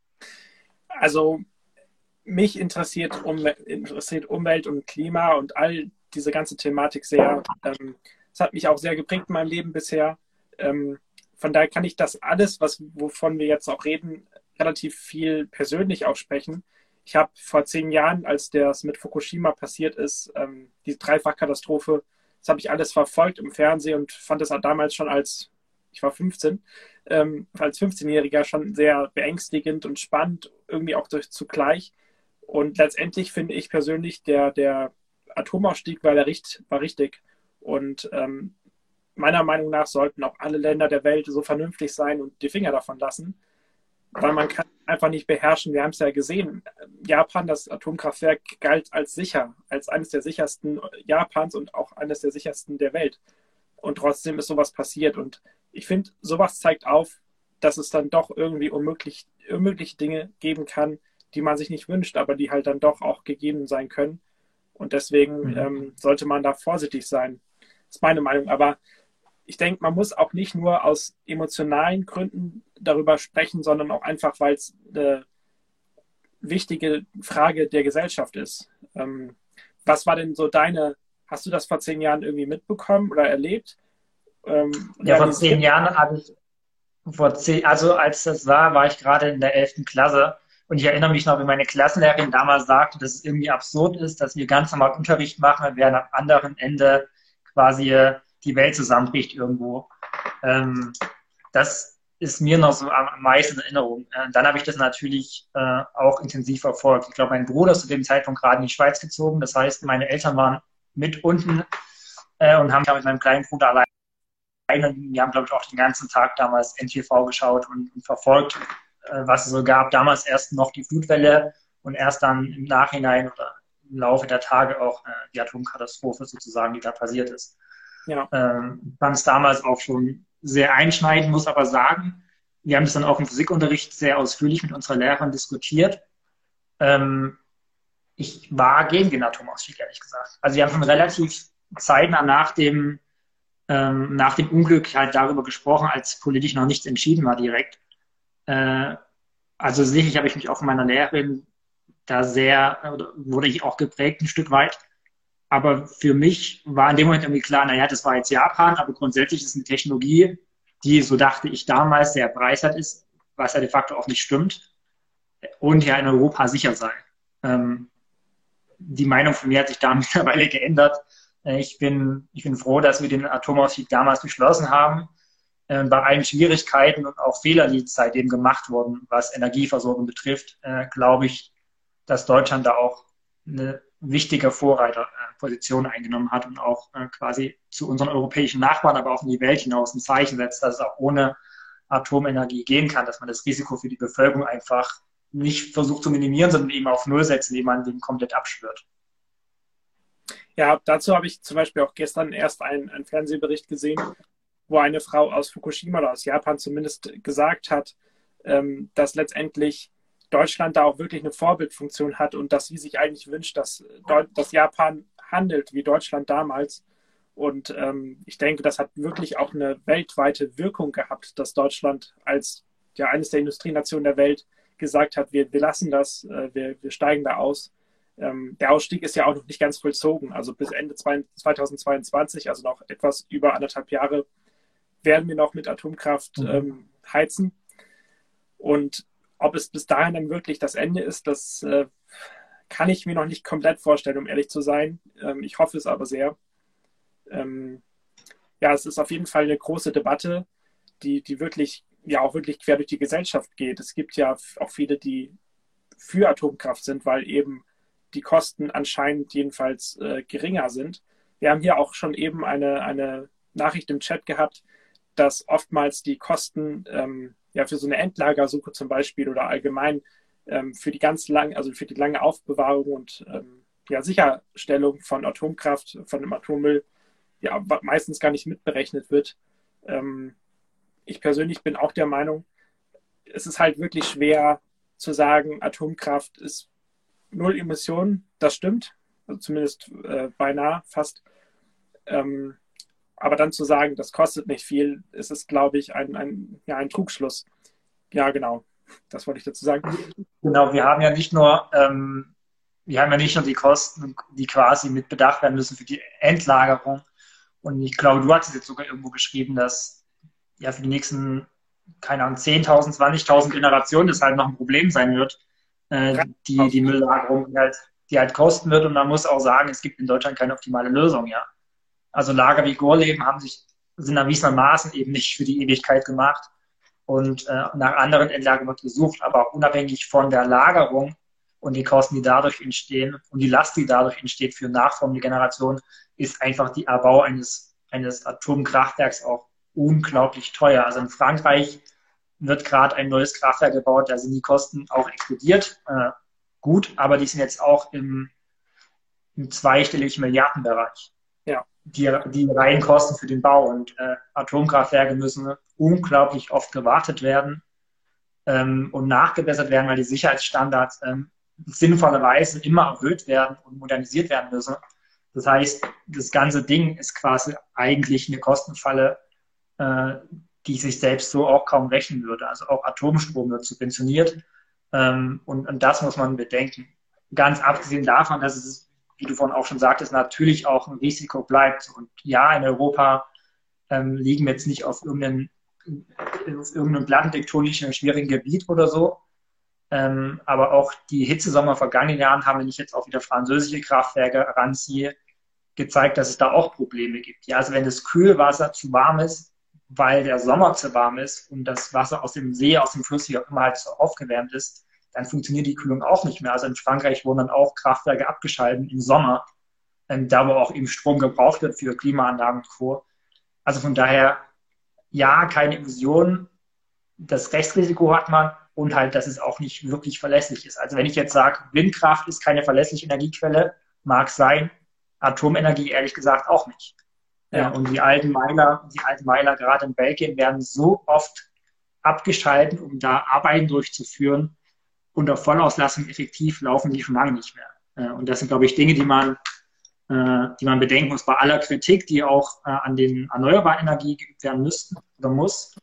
Also mich interessiert Umwelt und Klima und all diese ganze Thematik sehr. Es hat mich auch sehr geprägt in meinem Leben bisher. Von daher kann ich das alles, wovon wir jetzt auch reden, relativ viel persönlich auch sprechen. Ich habe vor 10 Jahren, als das mit Fukushima passiert ist, die Dreifachkatastrophe, das habe ich alles verfolgt im Fernsehen und fand es damals schon ich war 15, als 15-Jähriger schon sehr beängstigend und spannend, irgendwie auch zugleich. Und letztendlich finde ich persönlich, der Atomausstieg war richtig. Und meiner Meinung nach sollten auch alle Länder der Welt so vernünftig sein und die Finger davon lassen, weil man kann einfach nicht beherrschen. Wir haben es ja gesehen. Japan, das Atomkraftwerk, galt als sicher, als eines der sichersten Japans und auch eines der sichersten der Welt. Und trotzdem ist sowas passiert. Und ich finde, sowas zeigt auf, dass es dann doch irgendwie unmögliche Dinge geben kann, die man sich nicht wünscht, aber die halt dann doch auch gegeben sein können. Und deswegen sollte man da vorsichtig sein. Das ist meine Meinung. Aber ich denke, man muss auch nicht nur aus emotionalen Gründen darüber sprechen, sondern auch einfach, weil es eine wichtige Frage der Gesellschaft ist. Was war denn so hast du das vor 10 Jahren irgendwie mitbekommen oder erlebt? Ja, vor 10 Jahren habe ich, also als das war ich gerade in der 11. Klasse. Und ich erinnere mich noch, wie meine Klassenlehrerin damals sagte, dass es irgendwie absurd ist, dass wir ganz normal Unterricht machen, während am anderen Ende quasi die Welt zusammenbricht irgendwo. Das ist mir noch so am meisten in Erinnerung. Dann habe ich das natürlich auch intensiv verfolgt. Ich glaube, mein Bruder ist zu dem Zeitpunkt gerade in die Schweiz gezogen. Das heißt, meine Eltern waren mit unten und haben da mit meinem kleinen Bruder allein. Wir haben, glaube ich, auch den ganzen Tag damals NTV geschaut und verfolgt, was es so gab. Damals erst noch die Flutwelle und erst dann im Nachhinein oder im Laufe der Tage auch die Atomkatastrophe sozusagen, die da passiert ist. Ja. Fand es damals auch schon sehr einschneidend, muss aber sagen, wir haben es dann auch im Physikunterricht sehr ausführlich mit unserer Lehrerin diskutiert. Ich war gegen den Atomausstieg, ehrlich gesagt. Also wir haben schon relativ zeitnah nach dem Unglück halt darüber gesprochen, als politisch noch nichts entschieden war direkt. Also sicherlich habe ich mich auch von meiner Lehrerin wurde ich auch geprägt ein Stück weit. Aber für mich war in dem Moment irgendwie klar, naja, das war jetzt Japan, aber grundsätzlich ist es eine Technologie, die, so dachte ich damals, sehr preiswert ist, was ja de facto auch nicht stimmt, und ja in Europa sicher sei. Die Meinung von mir hat sich da mittlerweile geändert. Ich bin froh, dass wir den Atomausstieg damals beschlossen haben. Bei allen Schwierigkeiten und auch Fehlern, die seitdem gemacht wurden, was Energieversorgung betrifft, glaube ich, dass Deutschland da auch eine wichtige Vorreiterposition Position eingenommen hat und auch quasi zu unseren europäischen Nachbarn, aber auch in die Welt hinaus ein Zeichen setzt, dass es auch ohne Atomenergie gehen kann, dass man das Risiko für die Bevölkerung einfach nicht versucht zu minimieren, sondern eben auf Null setzt, indem man den komplett abschwört. Ja, dazu habe ich zum Beispiel auch gestern erst einen Fernsehbericht gesehen, wo eine Frau aus Fukushima oder aus Japan zumindest gesagt hat, dass letztendlich Deutschland da auch wirklich eine Vorbildfunktion hat und dass sie sich eigentlich wünscht, dass Japan handelt wie Deutschland damals. Und ich denke, das hat wirklich auch eine weltweite Wirkung gehabt, dass Deutschland als eines der Industrienationen der Welt gesagt hat, wir lassen das, wir steigen da aus. Der Ausstieg ist ja auch noch nicht ganz vollzogen. Also bis Ende 2022, also noch etwas über 1,5 Jahre, werden wir noch mit Atomkraft heizen. Und ob es bis dahin dann wirklich das Ende ist, das kann ich mir noch nicht komplett vorstellen, um ehrlich zu sein. Ich hoffe es aber sehr. Es ist auf jeden Fall eine große Debatte, die wirklich, auch wirklich quer durch die Gesellschaft geht. Es gibt ja auch viele, die für Atomkraft sind, weil eben die Kosten anscheinend jedenfalls geringer sind. Wir haben hier auch schon eben eine Nachricht im Chat gehabt, dass oftmals die Kosten für so eine Endlagersuche zum Beispiel oder allgemein für die für die lange Aufbewahrung und Sicherstellung von Atomkraft, von dem Atommüll, meistens gar nicht mitberechnet wird. Ich persönlich bin auch der Meinung, es ist halt wirklich schwer zu sagen, Atomkraft ist null Emissionen. Das stimmt, also zumindest beinahe fast. Aber dann zu sagen, das kostet nicht viel, ist es, glaube ich, ein Trugschluss. Ja, genau. Das wollte ich dazu sagen. Genau, wir haben ja nicht nur die Kosten, die quasi mit bedacht werden müssen für die Endlagerung. Und ich glaube, du hast es jetzt sogar irgendwo geschrieben, dass für die nächsten, keine Ahnung, 10.000, 20.000 Generationen das halt noch ein Problem sein wird, die Mülllagerung, die halt kosten wird. Und man muss auch sagen, es gibt in Deutschland keine optimale Lösung, ja. Also Lager wie Gorleben sind erwiesenermaßen eben nicht für die Ewigkeit gemacht. Und nach anderen Endlagern wird gesucht, aber auch unabhängig von der Lagerung und die Kosten, die dadurch entstehen und die Last, die dadurch entsteht für nachfolgende Generationen, ist einfach der Erbau eines Atomkraftwerks auch unglaublich teuer. Also in Frankreich wird gerade ein neues Kraftwerk gebaut, da sind die Kosten auch explodiert. Gut, aber die sind jetzt auch im zweistelligen Milliardenbereich. Ja. Die reinen Kosten für den Bau und Atomkraftwerke müssen unglaublich oft gewartet werden und nachgebessert werden, weil die Sicherheitsstandards sinnvollerweise immer erhöht werden und modernisiert werden müssen. Das heißt, das ganze Ding ist quasi eigentlich eine Kostenfalle, die sich selbst so auch kaum rechnen würde. Also auch Atomstrom wird subventioniert und das muss man bedenken. Ganz abgesehen davon, dass es, wie du vorhin auch schon sagtest, natürlich auch ein Risiko bleibt. Und ja, in Europa liegen wir jetzt nicht auf irgendeinem plattentektonischen schwierigen Gebiet oder so. Aber auch die Hitzesommer vergangenen Jahren haben, wenn ich jetzt auch wieder französische Kraftwerke ranziehe, gezeigt, dass es da auch Probleme gibt. Ja, also wenn das Kühlwasser zu warm ist, weil der Sommer zu warm ist und das Wasser aus dem See, aus dem Fluss, wie auch immer halt so aufgewärmt ist, dann funktioniert die Kühlung auch nicht mehr. Also in Frankreich wurden dann auch Kraftwerke abgeschaltet im Sommer, da wo auch eben Strom gebraucht wird für Klimaanlagen und Co. Also von daher, ja, keine Emissionen. Das Restrisiko hat man und halt, dass es auch nicht wirklich verlässlich ist. Also wenn ich jetzt sage, Windkraft ist keine verlässliche Energiequelle, mag sein, Atomenergie ehrlich gesagt auch nicht. Ja. Und die alten Meiler gerade in Belgien werden so oft abgeschaltet, um da Arbeiten durchzuführen. Unter Vollauslastung effektiv laufen die schon lange nicht mehr. Und das sind, glaube ich, Dinge, die man bedenken muss bei aller Kritik, die auch an den erneuerbaren Energien geübt werden müssten oder muss.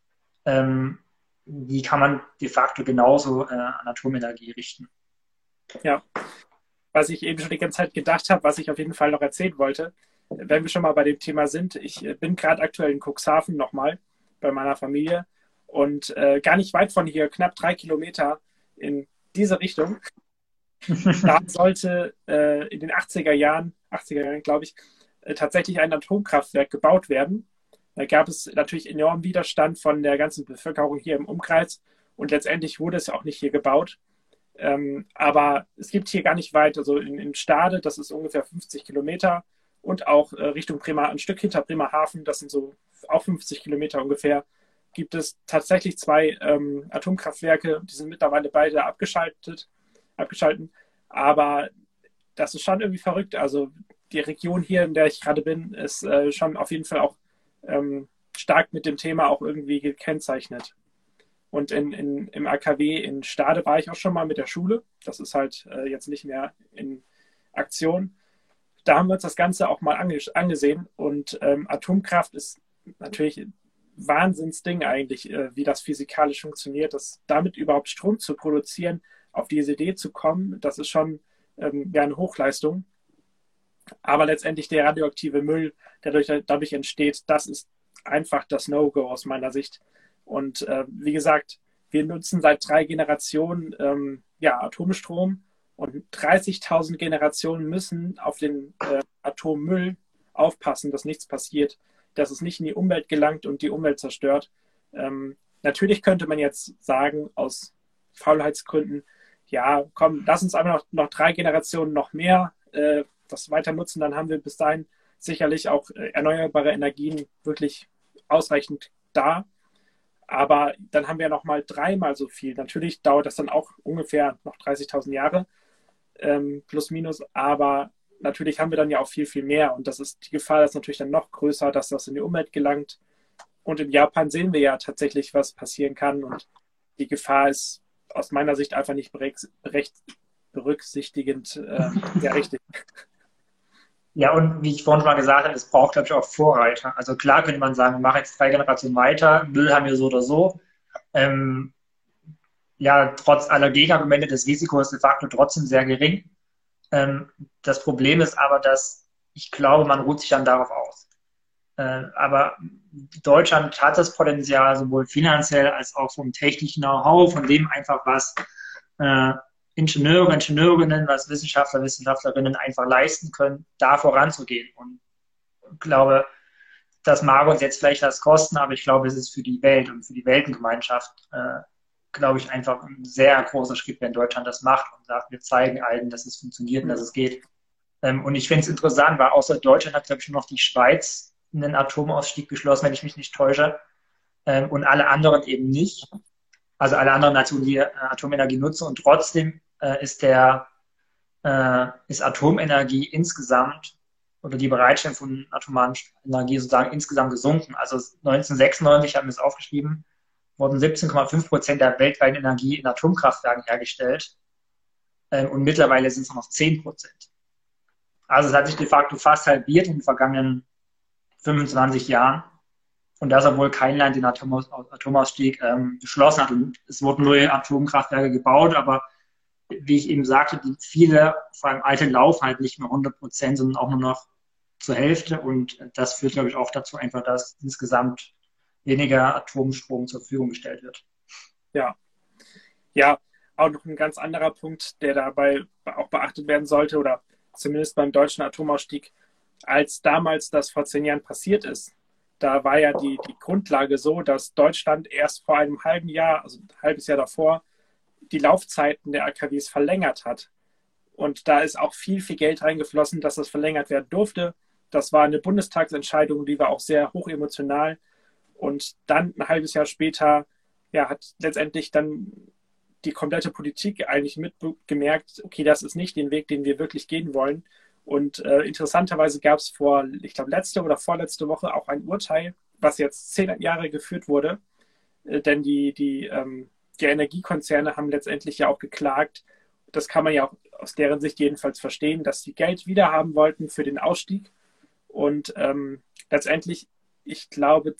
Die kann man de facto genauso an Atomenergie richten. Ja, was ich eben schon die ganze Zeit gedacht habe, was ich auf jeden Fall noch erzählen wollte, wenn wir schon mal bei dem Thema sind, ich bin gerade aktuell in Cuxhaven nochmal bei meiner Familie und gar nicht weit von hier, knapp 3 Kilometer in diese Richtung. Da sollte in den 80er Jahren, glaube ich, tatsächlich ein Atomkraftwerk gebaut werden. Da gab es natürlich enormen Widerstand von der ganzen Bevölkerung hier im Umkreis und letztendlich wurde es auch nicht hier gebaut. Aber es gibt hier gar nicht weit, also in Stade, das ist ungefähr 50 Kilometer und auch Richtung ein Stück hinter Bremerhaven, das sind so auch 50 Kilometer ungefähr, gibt es tatsächlich 2 Atomkraftwerke, die sind mittlerweile beide abgeschalten, aber das ist schon irgendwie verrückt. Also die Region hier, in der ich gerade bin, ist schon auf jeden Fall auch stark mit dem Thema auch irgendwie gekennzeichnet. Und im AKW in Stade war ich auch schon mal mit der Schule. Das ist halt jetzt nicht mehr in Aktion. Da haben wir uns das Ganze auch mal angesehen. Und Atomkraft ist natürlich ein Wahnsinnsding eigentlich, wie das physikalisch funktioniert. Damit überhaupt Strom zu produzieren, auf diese Idee zu kommen, das ist schon ja eine Hochleistung. Aber letztendlich der radioaktive Müll, der dadurch entsteht, das ist einfach das No-Go aus meiner Sicht. Und wie gesagt, wir nutzen seit 3 Generationen Atomstrom und 30.000 Generationen müssen auf den Atommüll aufpassen, dass nichts passiert, dass es nicht in die Umwelt gelangt und die Umwelt zerstört. Natürlich könnte man jetzt sagen, aus Faulheitsgründen, ja, komm, lass uns einfach noch 3 Generationen noch mehr das weiter nutzen, dann haben wir bis dahin sicherlich auch erneuerbare Energien wirklich ausreichend da. Aber dann haben wir noch mal 3-mal so viel. Natürlich dauert das dann auch ungefähr noch 30.000 Jahre, plus minus. Aber natürlich haben wir dann ja auch viel, viel mehr. Und die Gefahr ist natürlich dann noch größer, dass das in die Umwelt gelangt. Und in Japan sehen wir ja tatsächlich, was passieren kann. Und die Gefahr ist aus meiner Sicht einfach nicht berücksichtigend. Ja, richtig. Ja, und wie ich vorhin schon mal gesagt habe, es braucht, glaube ich, auch Vorreiter. Also klar könnte man sagen, wir machen jetzt 3 Generationen weiter, Müll haben wir so oder so. Trotz aller Gegenargumente, das Risiko ist de facto trotzdem sehr gering. Das Problem ist aber, dass ich glaube, man ruht sich dann darauf aus. Aber Deutschland hat das Potenzial, sowohl finanziell als auch vom technischen Know-how, von dem einfach was Ingenieure, Ingenieurinnen, was Wissenschaftler, Wissenschaftlerinnen einfach leisten können, da voranzugehen. Und ich glaube, das mag uns jetzt vielleicht was kosten, aber ich glaube, es ist für die Welt und für die Weltengemeinschaft, glaube ich, einfach ein sehr großer Schritt, wenn Deutschland das macht und sagt, wir zeigen allen, dass es funktioniert und dass es geht. Und ich finde es interessant, weil außer Deutschland hat, glaube ich, nur noch die Schweiz einen Atomausstieg beschlossen, wenn ich mich nicht täusche, und alle anderen eben nicht. Also alle anderen Nationen, die Atomenergie nutzen, und trotzdem ist Atomenergie insgesamt oder die Bereitstellung von atomarer Energie sozusagen insgesamt gesunken. Also 1996, haben wir es aufgeschrieben, wurden 17,5% der weltweiten Energie in Atomkraftwerken hergestellt und mittlerweile sind es noch 10%. Also es hat sich de facto fast halbiert in den vergangenen 25 Jahren. Und das, obwohl kein Land den Atomausstieg beschlossen hat. Und es wurden neue Atomkraftwerke gebaut, aber wie ich eben sagte, viele, vor allem alte, laufen halt nicht mehr 100%, sondern auch nur noch zur Hälfte. Und das führt, glaube ich, auch dazu einfach, dass insgesamt weniger Atomstrom zur Verfügung gestellt wird. Ja, auch noch ein ganz anderer Punkt, der dabei auch beachtet werden sollte, oder zumindest beim deutschen Atomausstieg, als damals das vor 10 Jahren passiert ist. Da war ja die Grundlage so, dass Deutschland erst vor einem halben Jahr, also ein halbes Jahr davor, die Laufzeiten der AKWs verlängert hat. Und da ist auch viel, viel Geld reingeflossen, dass das verlängert werden durfte. Das war eine Bundestagsentscheidung, die war auch sehr hochemotional. Und dann ein halbes Jahr später hat letztendlich dann die komplette Politik eigentlich mitgemerkt, okay, das ist nicht den Weg, den wir wirklich gehen wollen. Und interessanterweise gab es ich glaube, letzte oder vorletzte Woche auch ein Urteil, was jetzt 10 Jahre geführt wurde. Denn die Energiekonzerne haben letztendlich ja auch geklagt. Das kann man ja auch aus deren Sicht jedenfalls verstehen, dass sie Geld wieder haben wollten für den Ausstieg. Und letztendlich, ich glaube,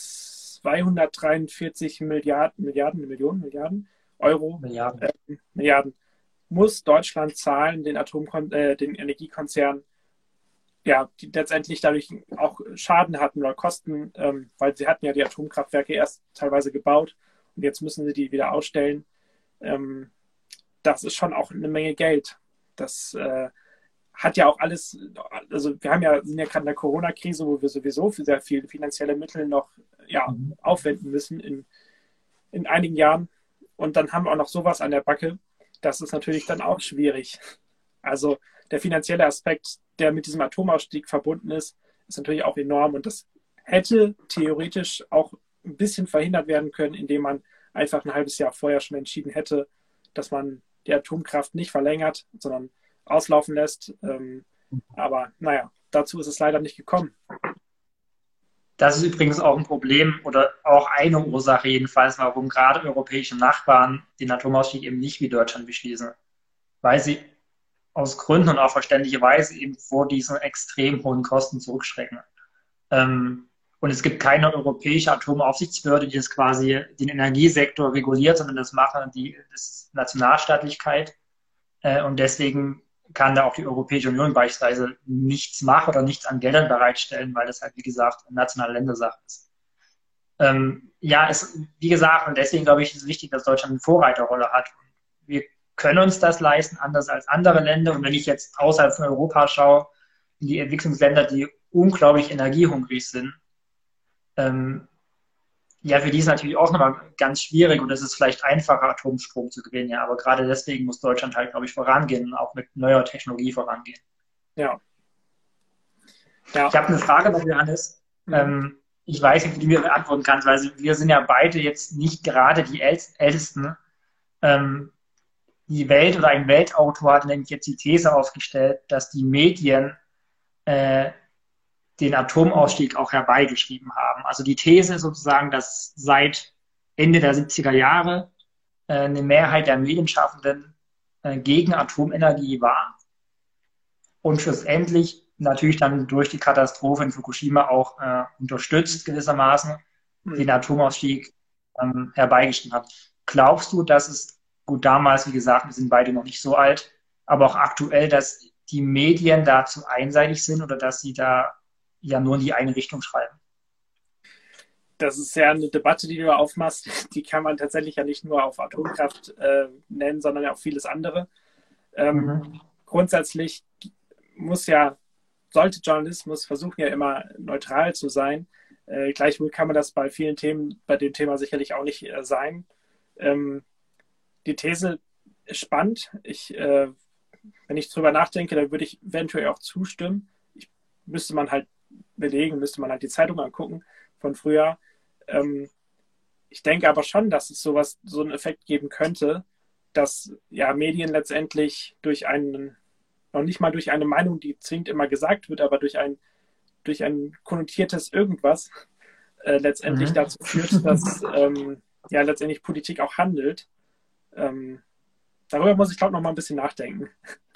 243 Milliarden Euro, Milliarden muss Deutschland zahlen, den Energiekonzernen, die letztendlich dadurch auch Schaden hatten oder Kosten, weil sie hatten ja die Atomkraftwerke erst teilweise gebaut und jetzt müssen sie die wieder ausstellen. Das ist schon auch eine Menge Geld. Das hat ja auch alles, also sind ja gerade in der Corona-Krise, wo wir sowieso für sehr viele finanzielle Mittel noch aufwenden müssen in einigen Jahren. Und dann haben wir auch noch sowas an der Backe. das ist natürlich dann auch schwierig. Also der finanzielle Aspekt, der mit diesem Atomausstieg verbunden ist, ist natürlich auch enorm und das hätte theoretisch auch ein bisschen verhindert werden können, indem man einfach ein halbes Jahr vorher schon entschieden hätte, dass man die Atomkraft nicht verlängert, sondern auslaufen lässt. Aber naja, dazu ist es leider nicht gekommen. Das ist übrigens auch ein Problem oder auch eine Ursache jedenfalls, warum gerade europäische Nachbarn den Atomausstieg eben nicht wie Deutschland beschließen. Weil sie aus Gründen und auch verständlicherweise eben vor diesen extrem hohen Kosten zurückschrecken. Und es gibt keine europäische Atomaufsichtsbehörde, die das quasi den Energiesektor reguliert, sondern das machen das ist Nationalstaatlichkeit. Und deswegen kann da auch die Europäische Union beispielsweise nichts machen oder nichts an Geldern bereitstellen, weil das halt, wie gesagt, eine nationale Ländersache ist. Wie gesagt, und deswegen glaube ich, ist es wichtig, dass Deutschland eine Vorreiterrolle hat. Wir können uns das leisten, anders als andere Länder. Und wenn ich jetzt außerhalb von Europa schaue, in die Entwicklungsländer, die unglaublich energiehungrig sind, für die ist natürlich auch nochmal ganz schwierig und es ist vielleicht einfacher, Atomstrom zu gewinnen. Ja, aber gerade deswegen muss Deutschland halt, glaube ich, vorangehen und auch mit neuer Technologie vorangehen. Ja. Ich habe eine Frage noch, Johannes. Ich weiß nicht, wie du mir beantworten kannst, weil wir sind ja beide jetzt nicht gerade die Ältesten. Die Welt oder ein Weltautor hat nämlich jetzt die These aufgestellt, dass die Medien den Atomausstieg auch herbeigeschrieben haben. Also die These sozusagen, dass seit Ende der 70er Jahre eine Mehrheit der Medienschaffenden gegen Atomenergie war und schlussendlich natürlich dann durch die Katastrophe in Fukushima auch unterstützt gewissermaßen den Atomausstieg herbeigeschrieben hat. Glaubst du, dass es, gut, damals, wie gesagt, wir sind beide noch nicht so alt, aber auch aktuell, dass die Medien dazu einseitig sind oder dass sie da ja nur in die eine Richtung schreiben? Das ist ja eine Debatte, die du aufmachst. Die kann man tatsächlich ja nicht nur auf Atomkraft nennen, sondern ja auch vieles andere. Grundsätzlich sollte Journalismus versuchen ja immer neutral zu sein. Gleichwohl kann man das bei vielen Themen, bei dem Thema sicherlich auch nicht sein. Die These ist spannend. Wenn ich drüber nachdenke, dann würde ich eventuell auch zustimmen. Müsste man halt belegen, müsste man halt die Zeitung angucken von früher. Ich denke aber schon, dass es so einen Effekt geben könnte, dass ja Medien letztendlich noch nicht mal durch eine Meinung, die zwingend immer gesagt wird, aber durch ein konnotiertes Irgendwas letztendlich dazu führt, dass letztendlich Politik auch handelt. Darüber muss ich, glaube ich, noch mal ein bisschen nachdenken.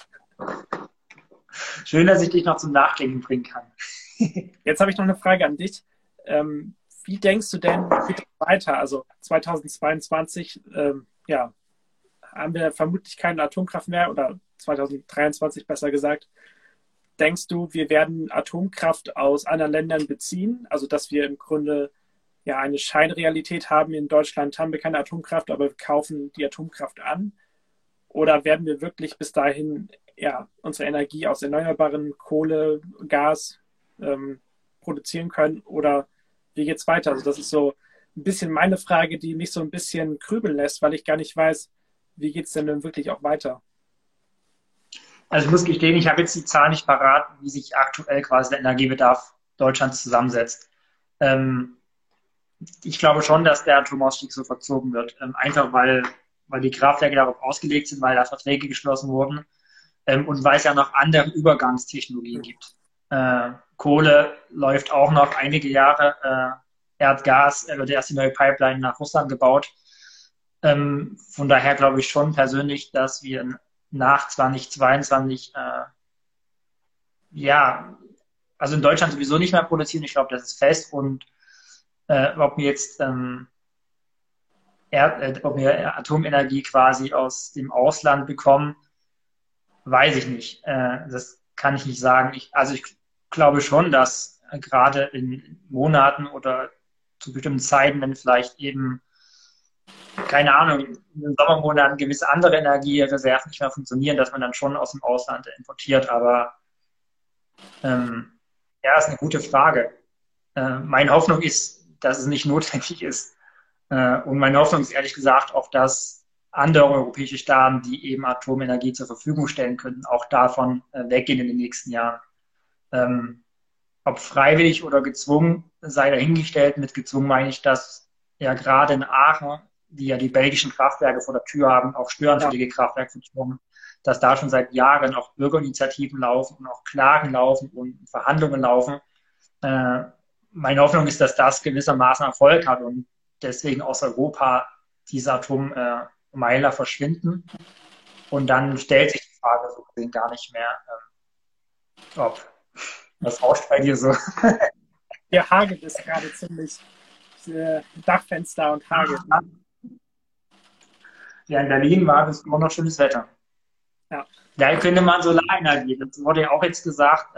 Schön, dass ich dich noch zum Nachdenken bringen kann. Jetzt habe ich noch eine Frage an dich. Wie denkst du denn weiter? Also 2022 haben wir vermutlich keine Atomkraft mehr oder 2023 besser gesagt. Denkst du, wir werden Atomkraft aus anderen Ländern beziehen? Also dass wir im Grunde ja eine Scheinrealität haben. In Deutschland haben wir keine Atomkraft, aber wir kaufen die Atomkraft an. Oder werden wir wirklich bis dahin unsere Energie aus erneuerbaren Kohle, Gas produzieren können? Oder wie geht es weiter? Also das ist so ein bisschen meine Frage, die mich so ein bisschen grübeln lässt, weil ich gar nicht weiß, wie geht es denn wirklich auch weiter? Also ich muss gestehen, ich habe jetzt die Zahl nicht parat, wie sich aktuell quasi der Energiebedarf Deutschlands zusammensetzt. Ich glaube schon, dass der Atomausstieg so verzogen wird. Einfach weil die Kraftwerke darauf ausgelegt sind, weil da Verträge geschlossen wurden und weil es ja noch andere Übergangstechnologien gibt. Kohle läuft auch noch einige Jahre, Erdgas, wird erst die neue Pipeline nach Russland gebaut. Von daher glaube ich schon persönlich, dass wir nach 2022 also in Deutschland sowieso nicht mehr produzieren. Ich glaube, das ist fest. Und ob wir jetzt ob wir Atomenergie quasi aus dem Ausland bekommen, weiß ich nicht. Das kann ich nicht sagen. Ich glaube schon, dass gerade in Monaten oder zu bestimmten Zeiten, wenn vielleicht eben, keine Ahnung, in den Sommermonaten gewisse andere Energiereserven nicht mehr funktionieren, dass man dann schon aus dem Ausland importiert. Aber ist eine gute Frage. Meine Hoffnung ist, dass es nicht notwendig ist. Und meine Hoffnung ist ehrlich gesagt auch, dass andere europäische Staaten, die eben Atomenergie zur Verfügung stellen könnten, auch davon weggehen in den nächsten Jahren. Ob freiwillig oder gezwungen, sei dahingestellt. Mit gezwungen meine ich, dass ja gerade in Aachen, die ja die belgischen Kraftwerke vor der Tür haben, auch störenfällige Kraftwerksfunktionen, dass da schon seit Jahren auch Bürgerinitiativen laufen und auch Klagen laufen und Verhandlungen laufen. Meine Hoffnung ist, dass das gewissermaßen Erfolg hat und deswegen aus Europa diese Atommeiler verschwinden. Und dann stellt sich die Frage so gesehen gar nicht mehr, ob was rauscht bei dir so. Hier hagelt es gerade ziemlich. Dachfenster und Hagel. Ja, in Berlin war es immer noch schönes Wetter. Ja. Da könnte man Solarenergie, das wurde ja auch jetzt gesagt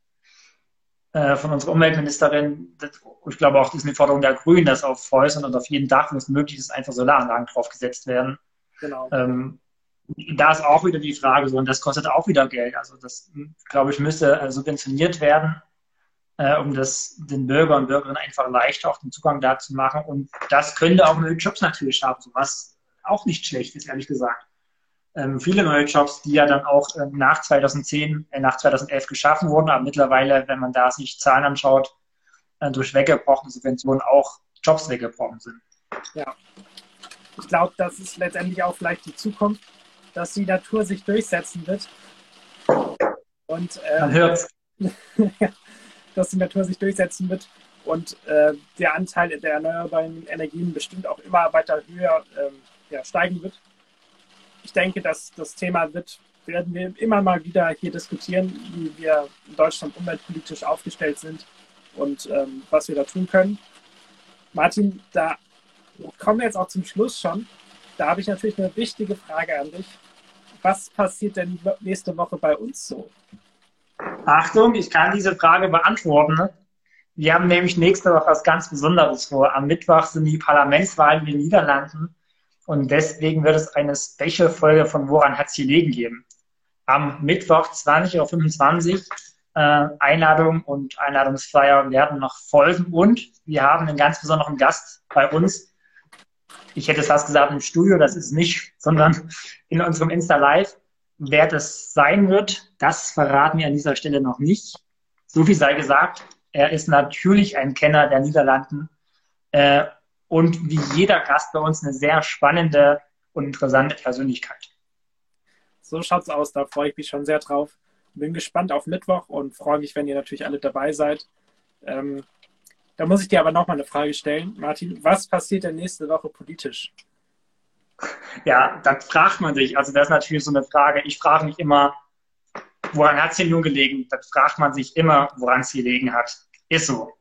von unserer Umweltministerin, ich glaube auch, das ist eine Forderung der Grünen, dass auf Häusern und auf jedem Dach, wo es möglich ist, einfach Solaranlagen draufgesetzt werden. Genau. Da ist auch wieder die Frage so, und das kostet auch wieder Geld. Also das, glaube ich, müsste subventioniert werden, um das den Bürger und Bürgerinnen einfach leichter auch den Zugang dazu machen. Und das könnte auch neue Jobs natürlich schaffen, was auch nicht schlecht ist, ehrlich gesagt. Viele neue Jobs, die ja dann auch nach 2011 geschaffen wurden, aber mittlerweile, wenn man da sich Zahlen anschaut, durch weggebrochene Subventionen auch Jobs weggebrochen sind. Ja, ich glaube, das ist letztendlich auch vielleicht die Zukunft, dass die Natur sich durchsetzen wird. Und man hört's. dass die Natur sich durchsetzen wird und der Anteil der erneuerbaren Energien bestimmt auch immer weiter höher steigen wird. Ich denke, dass das Thema werden wir immer mal wieder hier diskutieren, wie wir in Deutschland umweltpolitisch aufgestellt sind und was wir da tun können. Martin, da kommen wir jetzt auch zum Schluss schon. Da habe ich natürlich eine wichtige Frage an dich. Was passiert denn nächste Woche bei uns so? Achtung, ich kann diese Frage beantworten. Wir haben nämlich nächste Woche was ganz Besonderes vor. Am Mittwoch sind die Parlamentswahlen in den Niederlanden und deswegen wird es eine Special-Folge von Woran hat's gelegen geben. Am Mittwoch 20.25 Uhr Einladung und Einladungsflyer werden noch folgen und wir haben einen ganz besonderen Gast bei uns. Ich hätte fast gesagt im Studio, das ist nicht, sondern in unserem Insta-Live. Wer das sein wird, das verraten wir an dieser Stelle noch nicht. So viel sei gesagt, er ist natürlich ein Kenner der Niederlanden und wie jeder Gast bei uns eine sehr spannende und interessante Persönlichkeit. So schaut's aus, da freue ich mich schon sehr drauf. Bin gespannt auf Mittwoch und freue mich, wenn ihr natürlich alle dabei seid. Da muss ich dir aber nochmal eine Frage stellen. Martin, was passiert denn nächste Woche politisch? Ja, dann fragt man sich, also das ist natürlich so eine Frage, ich frage mich immer, woran hat es denn nun gelegen? Das fragt man sich immer, woran es gelegen hat. Ist so.